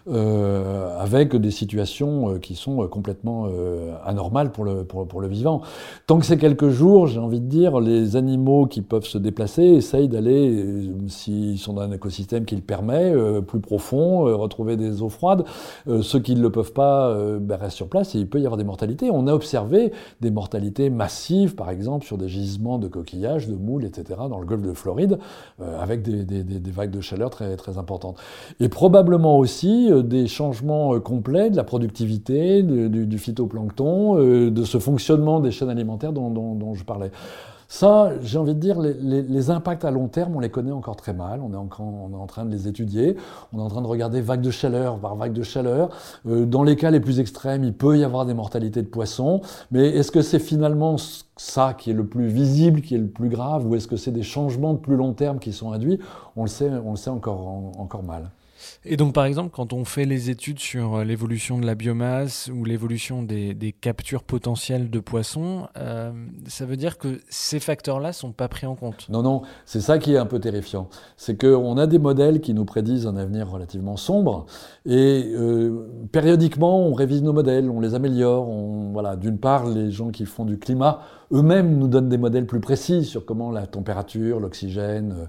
euh, avec des situations euh, qui sont complètement euh, anormales pour le, pour, pour le vivant. Tant que c'est quelques jours, j'ai envie de dire, les animaux qui peuvent se déplacer essayent d'aller, euh, s'ils sont dans un écosystème qui le permet, euh, plus profond, euh, retrouver des eaux froides. Euh, ceux qui ne le peuvent pas euh, ben, restent sur place et il peut y avoir des mortalités. On a observé des mortalités massives, par exemple, sur des gisements de coquillages, de moules, et cetera, dans le golfe de Floride, euh, avec des, des, des vagues de chaleur très, très importantes. Et probablement aussi euh, des changements euh, complets de la productivité, de, du, du phytoplancton, euh, de ce fonctionnement des chaînes alimentaires dont, dont, dont je parlais. Ça, j'ai envie de dire, les, les, les impacts à long terme, on les connaît encore très mal, on est, encore, on est en train de les étudier, on est en train de regarder vague de chaleur par vague de chaleur. Euh, dans les cas les plus extrêmes, il peut y avoir des mortalités de poissons, mais est-ce que c'est finalement ça qui est le plus visible, qui est le plus grave, ou est-ce que c'est des changements de plus long terme qui sont induits ? On le sait, on le sait encore, en, encore mal. Et donc, par exemple, quand on fait les études sur l'évolution de la biomasse ou l'évolution des, des captures potentielles de poissons, euh, ça veut dire que ces facteurs-là ne sont pas pris en compte ? Non, non, c'est ça qui est un peu terrifiant. C'est qu'on a des modèles qui nous prédisent un avenir relativement sombre et euh, périodiquement, on révise nos modèles, on les améliore. On, voilà, d'une part, les gens qui font du climat eux-mêmes nous donnent des modèles plus précis sur comment la température, l'oxygène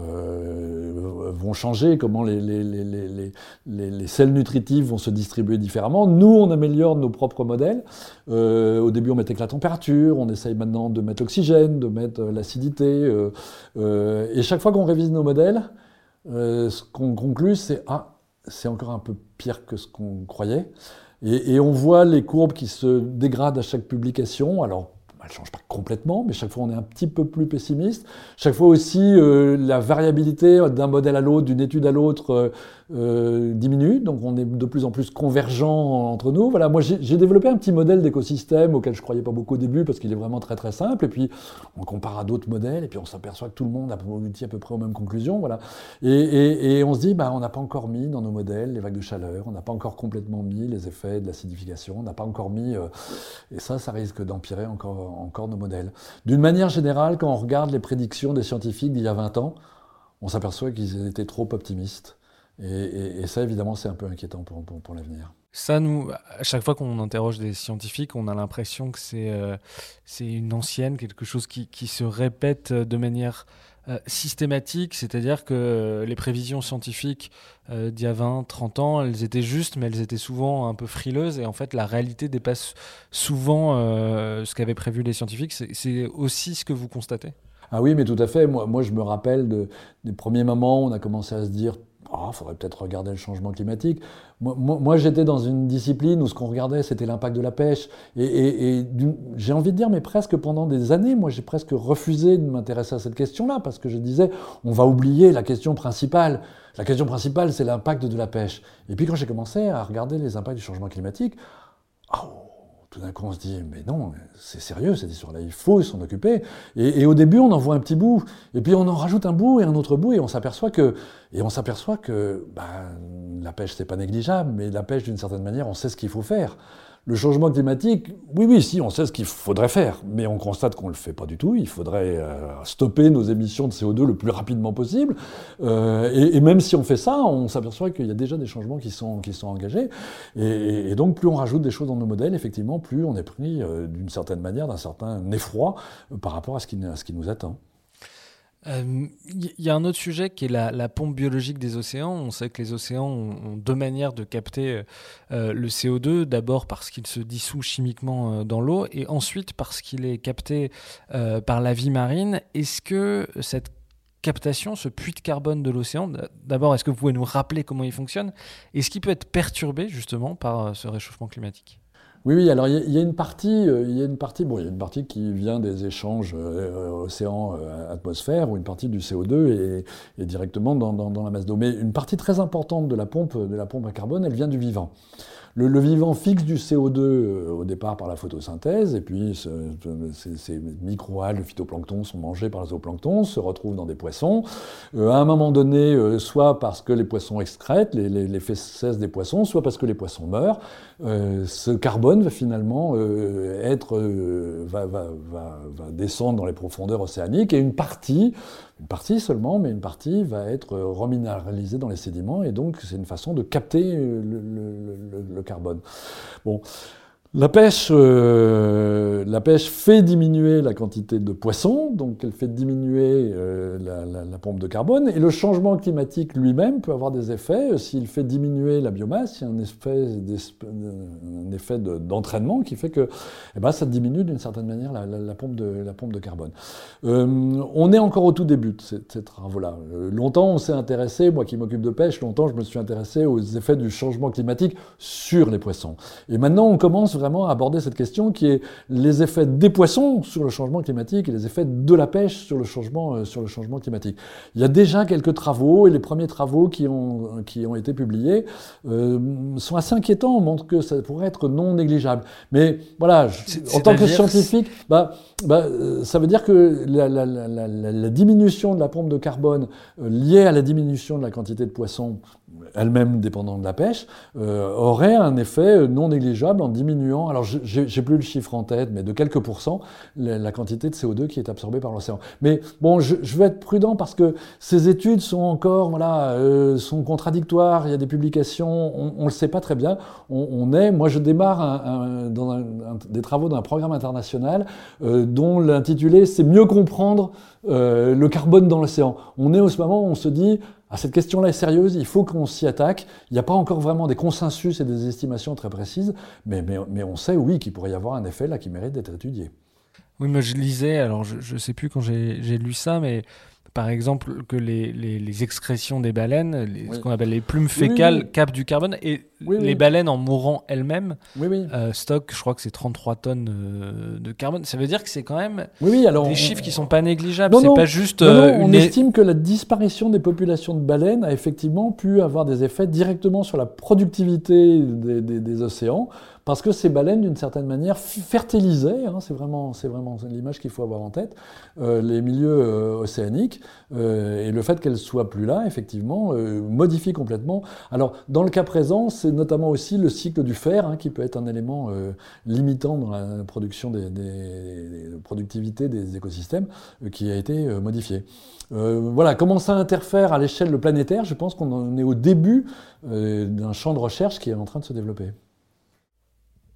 euh, vont changer, comment les, les, les, les, les, les sels nutritifs vont se distribuer différemment. Nous, on améliore nos propres modèles. Euh, au début, on mettait que la température, on essaye maintenant de mettre l'oxygène, de mettre l'acidité. Euh, euh, et chaque fois qu'on révise nos modèles, euh, ce qu'on conclut, c'est « Ah, c'est encore un peu pire que ce qu'on croyait ». Et, et on voit les courbes qui se dégradent à chaque publication. Alors, elle ne change pas complètement, mais chaque fois on est un petit peu plus pessimiste. Chaque fois aussi, euh, la variabilité d'un modèle à l'autre, d'une étude à l'autre, euh, euh, diminue. Donc on est de plus en plus convergents entre nous. Voilà, moi j'ai, j'ai développé un petit modèle d'écosystème auquel je ne croyais pas beaucoup au début parce qu'il est vraiment très très simple. Et puis on compare à d'autres modèles et puis on s'aperçoit que tout le monde a abouti à peu près aux mêmes conclusions. Voilà. Et, et, et on se dit, bah, on n'a pas encore mis dans nos modèles les vagues de chaleur, on n'a pas encore complètement mis les effets de l'acidification, on n'a pas encore mis... Euh, et ça, ça risque d'empirer encore encore nos modèles. D'une manière générale, quand on regarde les prédictions des scientifiques d'il y a vingt ans, on s'aperçoit qu'ils étaient trop optimistes. Et, et, et ça, évidemment, c'est un peu inquiétant pour, pour, pour l'avenir. Ça, nous, à chaque fois qu'on interroge des scientifiques, on a l'impression que c'est, euh, c'est une ancienne, quelque chose qui, qui se répète de manière euh, systématique, c'est-à-dire que les prévisions scientifiques euh, d'il y a vingt, trente ans, elles étaient justes, mais elles étaient souvent un peu frileuses, et en fait la réalité dépasse souvent euh, ce qu'avaient prévu les scientifiques. C'est, c'est aussi ce que vous constatez ? Ah oui, mais tout à fait. Moi, moi je me rappelle de, des premiers moments où on a commencé à se dire « Ah, il faudrait peut-être regarder le changement climatique ». Moi, moi, moi, j'étais dans une discipline où ce qu'on regardait, c'était l'impact de la pêche. Et, et, et j'ai envie de dire, mais presque pendant des années, moi, j'ai presque refusé de m'intéresser à cette question-là, parce que je disais, on va oublier la question principale. La question principale, c'est l'impact de la pêche. Et puis quand j'ai commencé à regarder les impacts du changement climatique, oh, tout d'un coup, on se dit, mais non, c'est sérieux cette histoire-là, il faut s'en occuper. Et, et au début, on en voit un petit bout, et puis on en rajoute un bout et un autre bout, et on s'aperçoit que, et on s'aperçoit que bah, la pêche, c'est pas négligeable, mais la pêche, d'une certaine manière, on sait ce qu'il faut faire. Le changement climatique, oui, oui, si, on sait ce qu'il faudrait faire, mais on constate qu'on ne le fait pas du tout. Il faudrait euh, stopper nos émissions de C O deux le plus rapidement possible. Euh, et, et même si on fait ça, on s'aperçoit qu'il y a déjà des changements qui sont, qui sont engagés. Et, et donc, plus on rajoute des choses dans nos modèles, effectivement, plus on est pris, euh, d'une certaine manière, d'un certain effroi euh, par rapport à ce qui, à ce qui nous attend. Il euh, y a un autre sujet qui est la, la pompe biologique des océans. On sait que les océans ont, ont deux manières de capter euh, le C O deux. D'abord parce qu'il se dissout chimiquement euh, dans l'eau, et ensuite parce qu'il est capté euh, par la vie marine. Est-ce que cette captation, ce puits de carbone de l'océan, d'abord, est-ce que vous pouvez nous rappeler comment il fonctionne ? Est-ce qu'il peut être perturbé justement par euh, ce réchauffement climatique ? Oui, oui, alors il y, y a une partie, il y a une partie, bon, il y a une partie qui vient des échanges euh, océan-atmosphère, où une partie du C O deux est, est directement dans, dans, dans la masse d'eau. Mais une partie très importante de la pompe, de la pompe à carbone, elle vient du vivant. Le, le vivant fixe du C O deux euh, au départ par la photosynthèse, et puis ce, ces, ces micro-algues, le phytoplancton, sont mangés par les zooplanctons, se retrouvent dans des poissons. Euh, à un moment donné, euh, soit parce que les poissons excrètent les, les, les fesses des poissons, soit parce que les poissons meurent, euh, ce carbone va finalement euh, être, euh, va, va, va, va descendre dans les profondeurs océaniques, et une partie, une partie seulement, mais une partie va être reminéralisée dans les sédiments, et donc c'est une façon de capter le, le, le, le carbone. Bon. La pêche, euh, la pêche fait diminuer la quantité de poissons, donc elle fait diminuer euh, la, la, la pompe de carbone, et le changement climatique lui-même peut avoir des effets. S'il fait diminuer la biomasse, il y a un effet, un effet de, d'entraînement qui fait que eh ben, ça diminue d'une certaine manière la, la, la, pompe, de, la pompe de carbone. Euh, on est encore au tout début de ces, ces travaux-là. Euh, longtemps, on s'est intéressé, moi qui m'occupe de pêche, longtemps je me suis intéressé aux effets du changement climatique sur les poissons. Et maintenant, on commence vraiment à aborder cette question qui est les effets des poissons sur le changement climatique et les effets de la pêche sur le changement, euh, sur le changement climatique. Il y a déjà quelques travaux, et les premiers travaux qui ont, qui ont été publiés euh, sont assez inquiétants, montrent que ça pourrait être non négligeable. Mais voilà, je, c'est, en tant que scientifique, bah, bah, ça veut dire que la, la, la, la, la diminution de la pompe de carbone euh, liée à la diminution de la quantité de poissons, elle-même dépendante de la pêche, euh, aurait un effet non négligeable en diminuant, alors j'ai, j'ai plus le chiffre en tête, mais de quelques pourcents, la, la quantité de C O deux qui est absorbée par l'océan. Mais bon, je, je vais être prudent parce que ces études sont encore, voilà, euh, sont contradictoires, il y a des publications, on ne le sait pas très bien. On, on est, moi je démarre un, un, dans un, un, des travaux d'un programme international euh, dont l'intitulé c'est « Mieux comprendre euh, le carbone dans l'océan ». On est au ce moment où on se dit, ah, cette question-là est sérieuse, il faut qu'on s'y attaque. Il n'y a pas encore vraiment des consensus et des estimations très précises, mais, mais, mais on sait, oui, qu'il pourrait y avoir un effet là qui mérite d'être étudié. Oui, moi je lisais, alors je ne sais plus quand j'ai, j'ai lu ça, mais par exemple que les, les, les excrétions des baleines, les, oui. ce qu'on appelle les plumes fécales, oui, oui. captent du carbone, et oui, les oui. baleines en mourant elles-mêmes oui, oui. Euh, stockent, je crois que c'est trente-trois tonnes euh, de carbone. Ça veut dire que c'est quand même oui, oui, alors des on... chiffres qui ne sont pas négligeables. Non, c'est non, pas juste. Non, non, euh, on une... estime que la disparition des populations de baleines a effectivement pu avoir des effets directement sur la productivité des, des, des océans, parce que ces baleines, d'une certaine manière, fertilisaient, hein, c'est vraiment, c'est vraiment l'image qu'il faut avoir en tête, euh, les milieux euh, océaniques, euh, et le fait qu'elles soient plus là, effectivement, euh, modifie complètement. Alors, dans le cas présent, c'est notamment aussi le cycle du fer, hein, qui peut être un élément euh, limitant dans la production des, des, des productivités des écosystèmes, euh, qui a été euh, modifié. Euh, voilà, comment ça interfère à l'échelle planétaire, je pense qu'on en est au début euh, d'un champ de recherche qui est en train de se développer.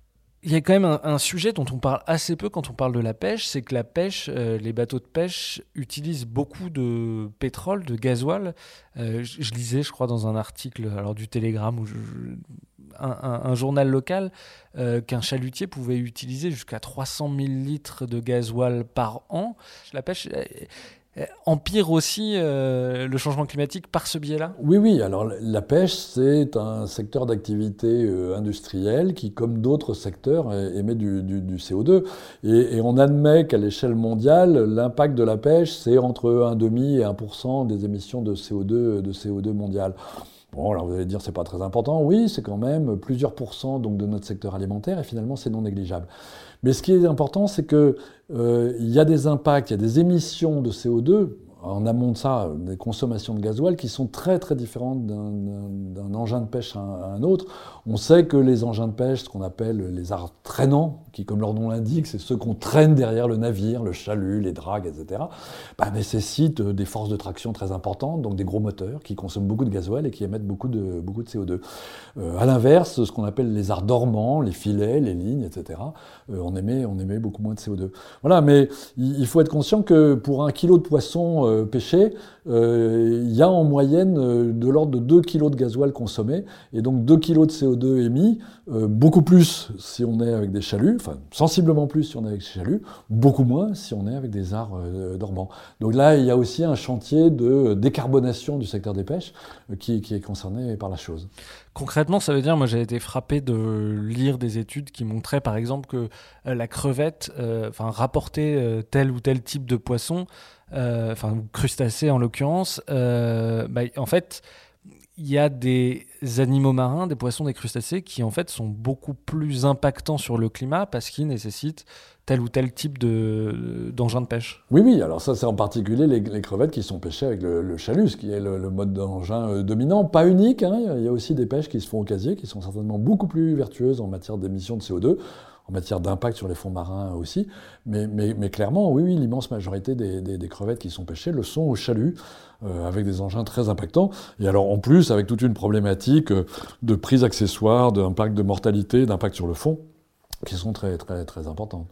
Il y a quand même un, un sujet dont on parle assez peu quand on parle de la pêche, c'est que la pêche, euh, les bateaux de pêche utilisent beaucoup de pétrole, de gasoil. Euh, je, je lisais, je crois, dans un article alors du Télégramme ou je, un, un, un journal local, euh, qu'un chalutier pouvait utiliser jusqu'à trois cent mille litres de gasoil par an. La pêche euh, empire aussi euh, le changement climatique par ce biais-là ? Oui, oui. Alors la pêche, c'est un secteur d'activité euh, industrielle qui, comme d'autres secteurs, émet du, du, du C O deux. Et, et on admet qu'à l'échelle mondiale, l'impact de la pêche, c'est entre un virgule cinq et un pour cent des émissions de C O deux, de C O deux mondiales. Bon, alors vous allez dire, c'est pas très important. Oui, c'est quand même plusieurs pourcents donc, de notre secteur alimentaire et finalement, c'est non négligeable. Mais ce qui est important, c'est qu'il euh, y a des impacts, il y a des émissions de C O deux, en amont de ça, des consommations de gasoil qui sont très très différentes d'un, d'un, d'un engin de pêche à un, à un autre. On sait que les engins de pêche, ce qu'on appelle les arts traînants, qui comme leur nom l'indique, c'est ceux qu'on traîne derrière le navire, le chalut, les dragues, et cetera, bah, nécessitent des forces de traction très importantes, donc des gros moteurs qui consomment beaucoup de gasoil et qui émettent beaucoup de, beaucoup de C O deux. Euh, à l'inverse, ce qu'on appelle les arts dormants, les filets, les lignes, et cetera, euh, on, émet, on émet beaucoup moins de C O deux. Voilà, mais il, il faut être conscient que pour un kilo de poisson euh, pêché, euh, il y a en moyenne euh, de l'ordre de deux kilos de gasoil consommé, et donc deux kilos de C O deux émis, euh, beaucoup plus si on est avec des chaluts, enfin sensiblement plus si on est avec des chaluts, beaucoup moins si on est avec des arts euh, dormants. Donc là, il y a aussi un chantier de décarbonation du secteur des pêches euh, qui, qui est concerné par la chose. Concrètement, ça veut dire, moi j'ai été frappé de lire des études qui montraient par exemple que euh, la crevette, euh, enfin rapporter euh, tel ou tel type de poisson, euh, enfin crustacé en l'occurrence, euh, bah, en fait, il y a des animaux marins, des poissons, des crustacés qui en fait sont beaucoup plus impactants sur le climat parce qu'ils nécessitent tel ou tel type de, d'engin de pêche. Oui, oui, alors ça c'est en particulier les, les crevettes qui sont pêchées avec le, le chalut, ce qui est le, le mode d'engin euh, dominant, pas unique, hein, il y a aussi des pêches qui se font au casier, qui sont certainement beaucoup plus vertueuses en matière d'émissions de C O deux, en matière d'impact sur les fonds marins aussi, mais, mais, mais clairement, oui, oui, l'immense majorité des, des, des crevettes qui sont pêchées le sont au chalut, euh, avec des engins très impactants, et alors en plus avec toute une problématique euh, de prise accessoire, d'impact de mortalité, d'impact sur le fond, qui sont très, très, très importantes.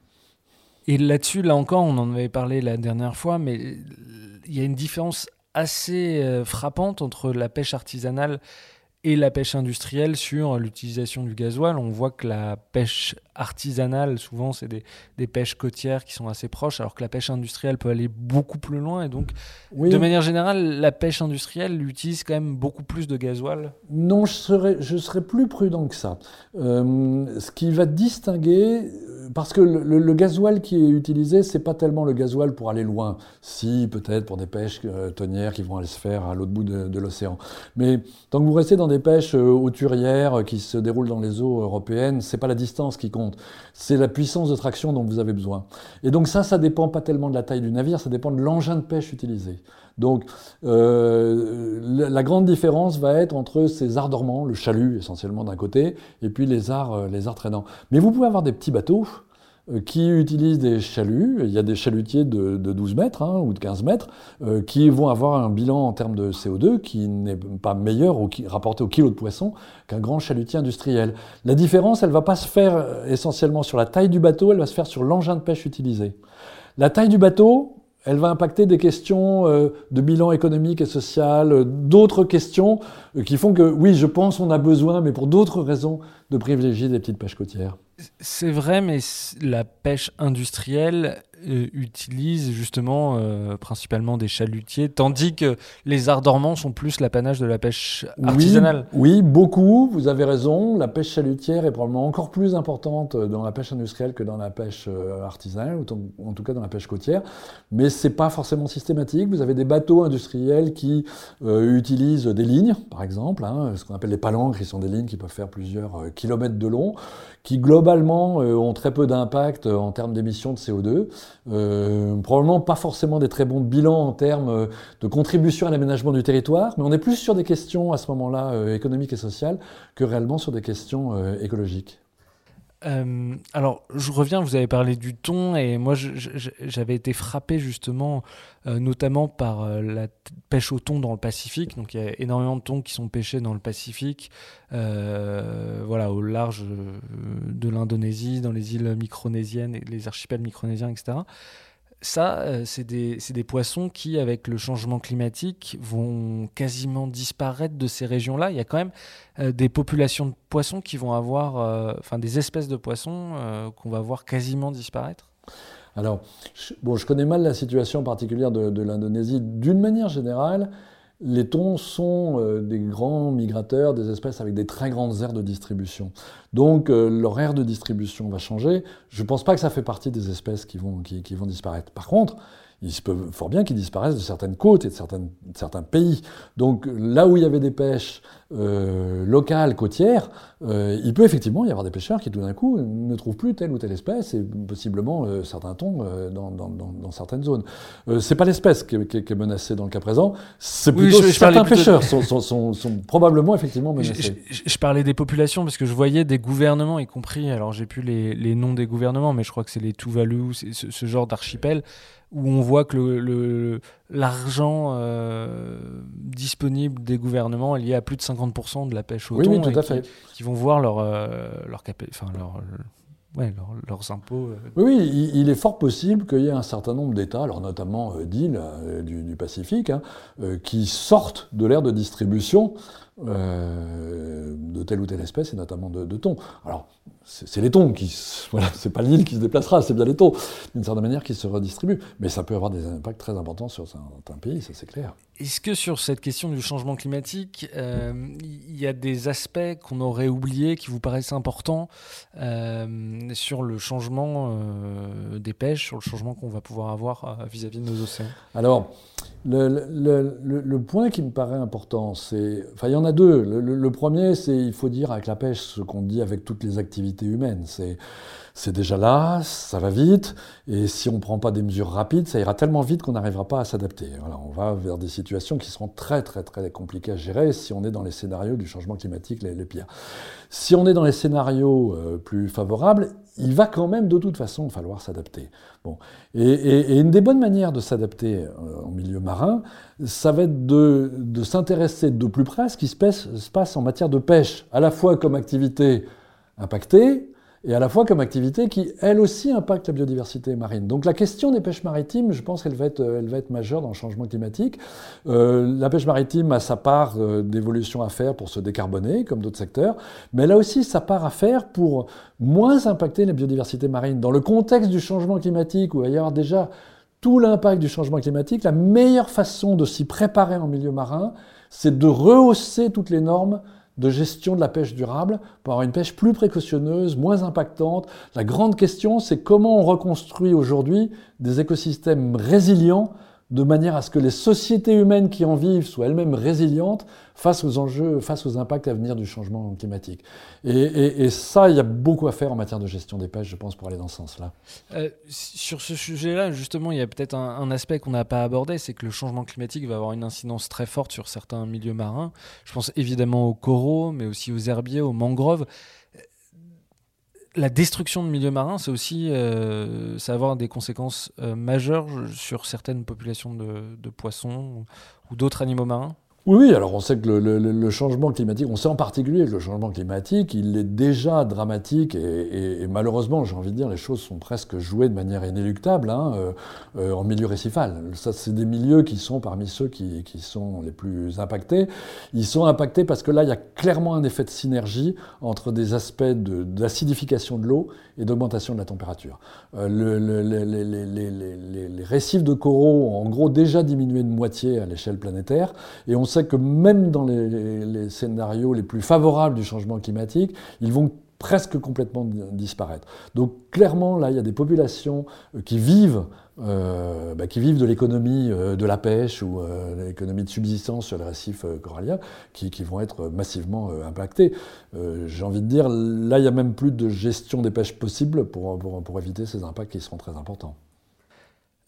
Et là-dessus, là encore, on en avait parlé la dernière fois, mais il y a une différence assez euh, frappante entre la pêche artisanale et la pêche industrielle sur l'utilisation du gasoil. On voit que la pêche artisanale, souvent, c'est des, des pêches côtières qui sont assez proches, alors que la pêche industrielle peut aller beaucoup plus loin. Et donc, oui. De manière générale, la pêche industrielle utilise quand même beaucoup plus de gasoil. Non, je serais, je serais plus prudent que ça. Euh, ce qui va distinguer, parce que le, le gasoil qui est utilisé, c'est pas tellement le gasoil pour aller loin. Si, peut-être pour des pêches euh, tonnières qui vont aller se faire à l'autre bout de, de l'océan. Mais tant que vous restez dans des pêches euh, hauturières qui se déroulent dans les eaux européennes, c'est pas la distance qui compte. C'est la puissance de traction dont vous avez besoin. Et donc ça, ça dépend pas tellement de la taille du navire, ça dépend de l'engin de pêche utilisé. Donc euh, la, la grande différence va être entre ces arts dormants, le chalut essentiellement d'un côté, et puis les arts, euh, les arts traînants. Mais vous pouvez avoir des petits bateaux euh, qui utilisent des chaluts. Il y a des chalutiers de, de douze mètres hein, ou de quinze mètres euh, qui vont avoir un bilan en termes de C O deux qui n'est pas meilleur au, rapporté au kilo de poisson qu'un grand chalutier industriel. La différence, elle ne va pas se faire essentiellement sur la taille du bateau, elle va se faire sur l'engin de pêche utilisé. La taille du bateau, elle va impacter des questions euh, de bilan économique et social, euh, d'autres questions euh, qui font que, oui, je pense on a besoin, mais pour d'autres raisons, de privilégier des petites pêches côtières. C'est vrai, mais la pêche industrielle euh, utilise justement euh, principalement des chalutiers, tandis que les arts dormants sont plus l'apanage de la pêche artisanale. Oui, oui, beaucoup, vous avez raison. La pêche chalutière est probablement encore plus importante dans la pêche industrielle que dans la pêche artisanale, ou en tout cas dans la pêche côtière. Mais c'est pas forcément systématique. Vous avez des bateaux industriels qui euh, utilisent des lignes, par exemple, hein, ce qu'on appelle les palangres, qui sont des lignes qui peuvent faire plusieurs euh, kilomètres de long, qui globalement euh, ont très peu d'impact euh, en termes d'émissions de C O deux. Euh, probablement pas forcément des très bons bilans en termes euh, de contribution à l'aménagement du territoire, mais on est plus sur des questions à ce moment-là euh, économiques et sociales que réellement sur des questions euh, écologiques. Euh, alors, je reviens, vous avez parlé du thon, et moi, je, je, j'avais été frappé justement, euh, notamment par euh, la t- pêche au thon dans le Pacifique. Donc, il y a énormément de thons qui sont pêchés dans le Pacifique, euh, voilà, au large euh, de l'Indonésie, dans les îles micronésiennes, et les archipels micronésiens, et cetera. Ça, euh, c'est des, c'est des poissons qui, avec le changement climatique, vont quasiment disparaître de ces régions-là. Il y a quand même euh, des populations de poissons qui vont avoir, euh, enfin des espèces de poissons euh, qu'on va voir quasiment disparaître. Alors, je, bon, je connais mal la situation particulière de, de l'Indonésie. D'une manière générale, les thons sont euh, des grands migrateurs, des espèces avec des très grandes aires de distribution. Donc, euh, leur aire de distribution va changer. Je ne pense pas que ça fait partie des espèces qui vont, qui, qui vont disparaître. Par contre, il se peut fort bien qu'ils disparaissent de certaines côtes et de, certaines, de certains pays. Donc, là où il y avait des pêches euh, locales, côtières, euh, il peut effectivement y avoir des pêcheurs qui, tout d'un coup, ne trouvent plus telle ou telle espèce et possiblement euh, certains thons euh, dans, dans, dans, dans certaines zones. Euh, c'est pas l'espèce qui est, qui, est, qui est menacée dans le cas présent, c'est plutôt oui, je, je certains pêcheurs de... sont, sont, sont, sont probablement effectivement menacés. Je, je, je parlais des populations parce que je voyais des gouvernements, y compris, alors j'ai plus les, les noms des gouvernements, mais je crois que c'est les Tuvalu, c'est ce, ce genre d'archipel, où on voit que le, le, l'argent euh, disponible des gouvernements est lié à plus de cinquante pour cent de la pêche au oui, thon, oui, tout à qui, fait. qui vont voir leur, euh, leur, capé, enfin, leur, ouais, leur, leurs impôts. Euh. Oui, oui il, il est fort possible qu'il y ait un certain nombre d'États, alors notamment euh, d'îles euh, du, du Pacifique, hein, euh, qui sortent de l'ère de distribution euh, de telle ou telle espèce, et notamment de, de thon. Alors, c'est, c'est les thons qui... Voilà, c'est pas l'île qui se déplacera, c'est bien les thons, d'une certaine manière, qui se redistribuent. Mais ça peut avoir des impacts très importants sur certains pays, ça c'est clair. Est-ce que sur cette question du changement climatique, il euh, y a des aspects qu'on aurait oubliés, qui vous paraissent importants euh, sur le changement euh, des pêches, sur le changement qu'on va pouvoir avoir euh, vis-à-vis de nos océans ? Alors, le, le, le, le point qui me paraît important, c'est... Enfin, il y en a deux. Le, le, le premier, c'est il faut dire avec la pêche ce qu'on dit avec toutes les activités humaines. C'est... C'est déjà là, ça va vite, et si on ne prend pas des mesures rapides, ça ira tellement vite qu'on n'arrivera pas à s'adapter. Voilà, on va vers des situations qui seront très très très compliquées à gérer si on est dans les scénarios du changement climatique les, les pires. Si on est dans les scénarios euh, plus favorables, il va quand même de toute façon falloir s'adapter. Bon. Et, et, et une des bonnes manières de s'adapter euh, en milieu marin, ça va être de, de s'intéresser de plus près à ce qui se passe, se passe en matière de pêche, à la fois comme activité impactée, et à la fois comme activité qui, elle aussi, impacte la biodiversité marine. Donc la question des pêches maritimes, je pense qu'elle va être, elle va être majeure dans le changement climatique. Euh, la pêche maritime a sa part euh, d'évolution à faire pour se décarboner, comme d'autres secteurs, mais elle a aussi sa part à faire pour moins impacter la biodiversité marine. Dans le contexte du changement climatique, où il va y avoir déjà tout l'impact du changement climatique, la meilleure façon de s'y préparer en milieu marin, c'est de rehausser toutes les normes de gestion de la pêche durable pour avoir une pêche plus précautionneuse, moins impactante. La grande question, c'est comment on reconstruit aujourd'hui des écosystèmes résilients de manière à ce que les sociétés humaines qui en vivent soient elles-mêmes résilientes face aux enjeux, face aux impacts à venir du changement climatique. Et, et, et ça, il y a beaucoup à faire en matière de gestion des pêches, je pense, pour aller dans ce sens-là. Euh, sur ce sujet-là, justement, il y a peut-être un, un aspect qu'on n'a pas abordé, c'est que le changement climatique va avoir une incidence très forte sur certains milieux marins. Je pense évidemment aux coraux, mais aussi aux herbiers, aux mangroves. La destruction de milieux marins, c'est aussi, euh, ça va avoir des conséquences euh, majeures sur certaines populations de, de poissons ou, ou d'autres animaux marins. Oui, alors on sait que le, le, le changement climatique, on sait en particulier que le changement climatique, il est déjà dramatique et, et, et malheureusement, j'ai envie de dire, les choses sont presque jouées de manière inéluctable hein, euh, euh, en milieu récifal. Ça, c'est des milieux qui sont parmi ceux qui, qui sont les plus impactés. Ils sont impactés parce que là, il y a clairement un effet de synergie entre des aspects de, d'acidification de l'eau et d'augmentation de la température. Euh, le, le, les, les, les, les, les, les récifs de coraux ont en gros déjà diminué de moitié à l'échelle planétaire et on sait que même dans les, les, les scénarios les plus favorables du changement climatique, ils vont presque complètement disparaître. Donc clairement, là, il y a des populations qui vivent, euh, bah, qui vivent de l'économie euh, de la pêche ou euh, l'économie de subsistance sur les récifs euh, coralliens qui, qui vont être massivement euh, impactés. Euh, j'ai envie de dire, là, il n'y a même plus de gestion des pêches possible pour, pour, pour éviter ces impacts qui seront très importants.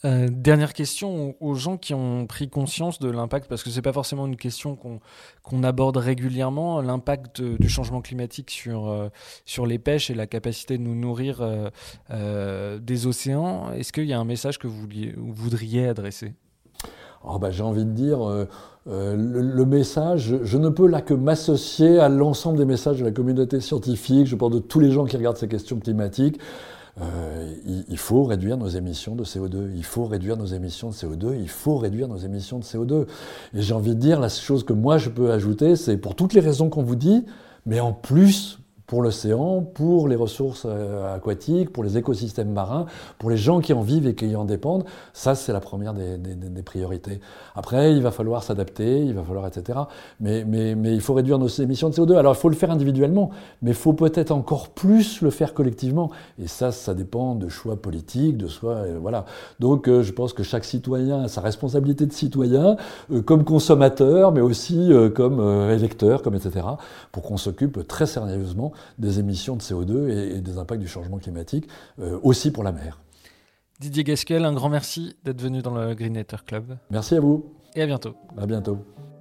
Euh, dernière question aux gens qui ont pris conscience de l'impact, parce que c'est pas forcément une question qu'on, qu'on aborde régulièrement, l'impact de, du changement climatique sur, euh, sur les pêches et la capacité de nous nourrir euh, euh, des océans. Est-ce qu'il y a un message que vous, vouliez, vous voudriez adresser ? Oh bah, j'ai envie de dire, euh, euh, le, le message, je, je ne peux là que m'associer à l'ensemble des messages de la communauté scientifique, je parle de tous les gens qui regardent ces questions climatiques. Euh, il, il faut réduire nos émissions de C O deux, il faut réduire nos émissions de C O deux, il faut réduire nos émissions de C O deux. Et j'ai envie de dire, la chose que moi je peux ajouter, c'est pour toutes les raisons qu'on vous dit, mais en plus pour l'océan, pour les ressources euh, aquatiques, pour les écosystèmes marins, pour les gens qui en vivent et qui en dépendent, ça c'est la première des, des, des priorités. Après, il va falloir s'adapter, il va falloir et cetera. Mais, mais, mais il faut réduire nos émissions de C O deux. Alors il faut le faire individuellement, mais il faut peut-être encore plus le faire collectivement. Et ça, ça dépend de choix politiques, de choix, euh, voilà. Donc euh, je pense que chaque citoyen a sa responsabilité de citoyen, euh, comme consommateur, mais aussi euh, comme euh, électeur, comme et cetera, pour qu'on s'occupe très sérieusement des émissions de C O deux et, et des impacts du changement climatique, euh, aussi pour la mer. Didier Gasquel, un grand merci d'être venu dans le Greenwater Club. Merci à vous. Et à bientôt. À bientôt.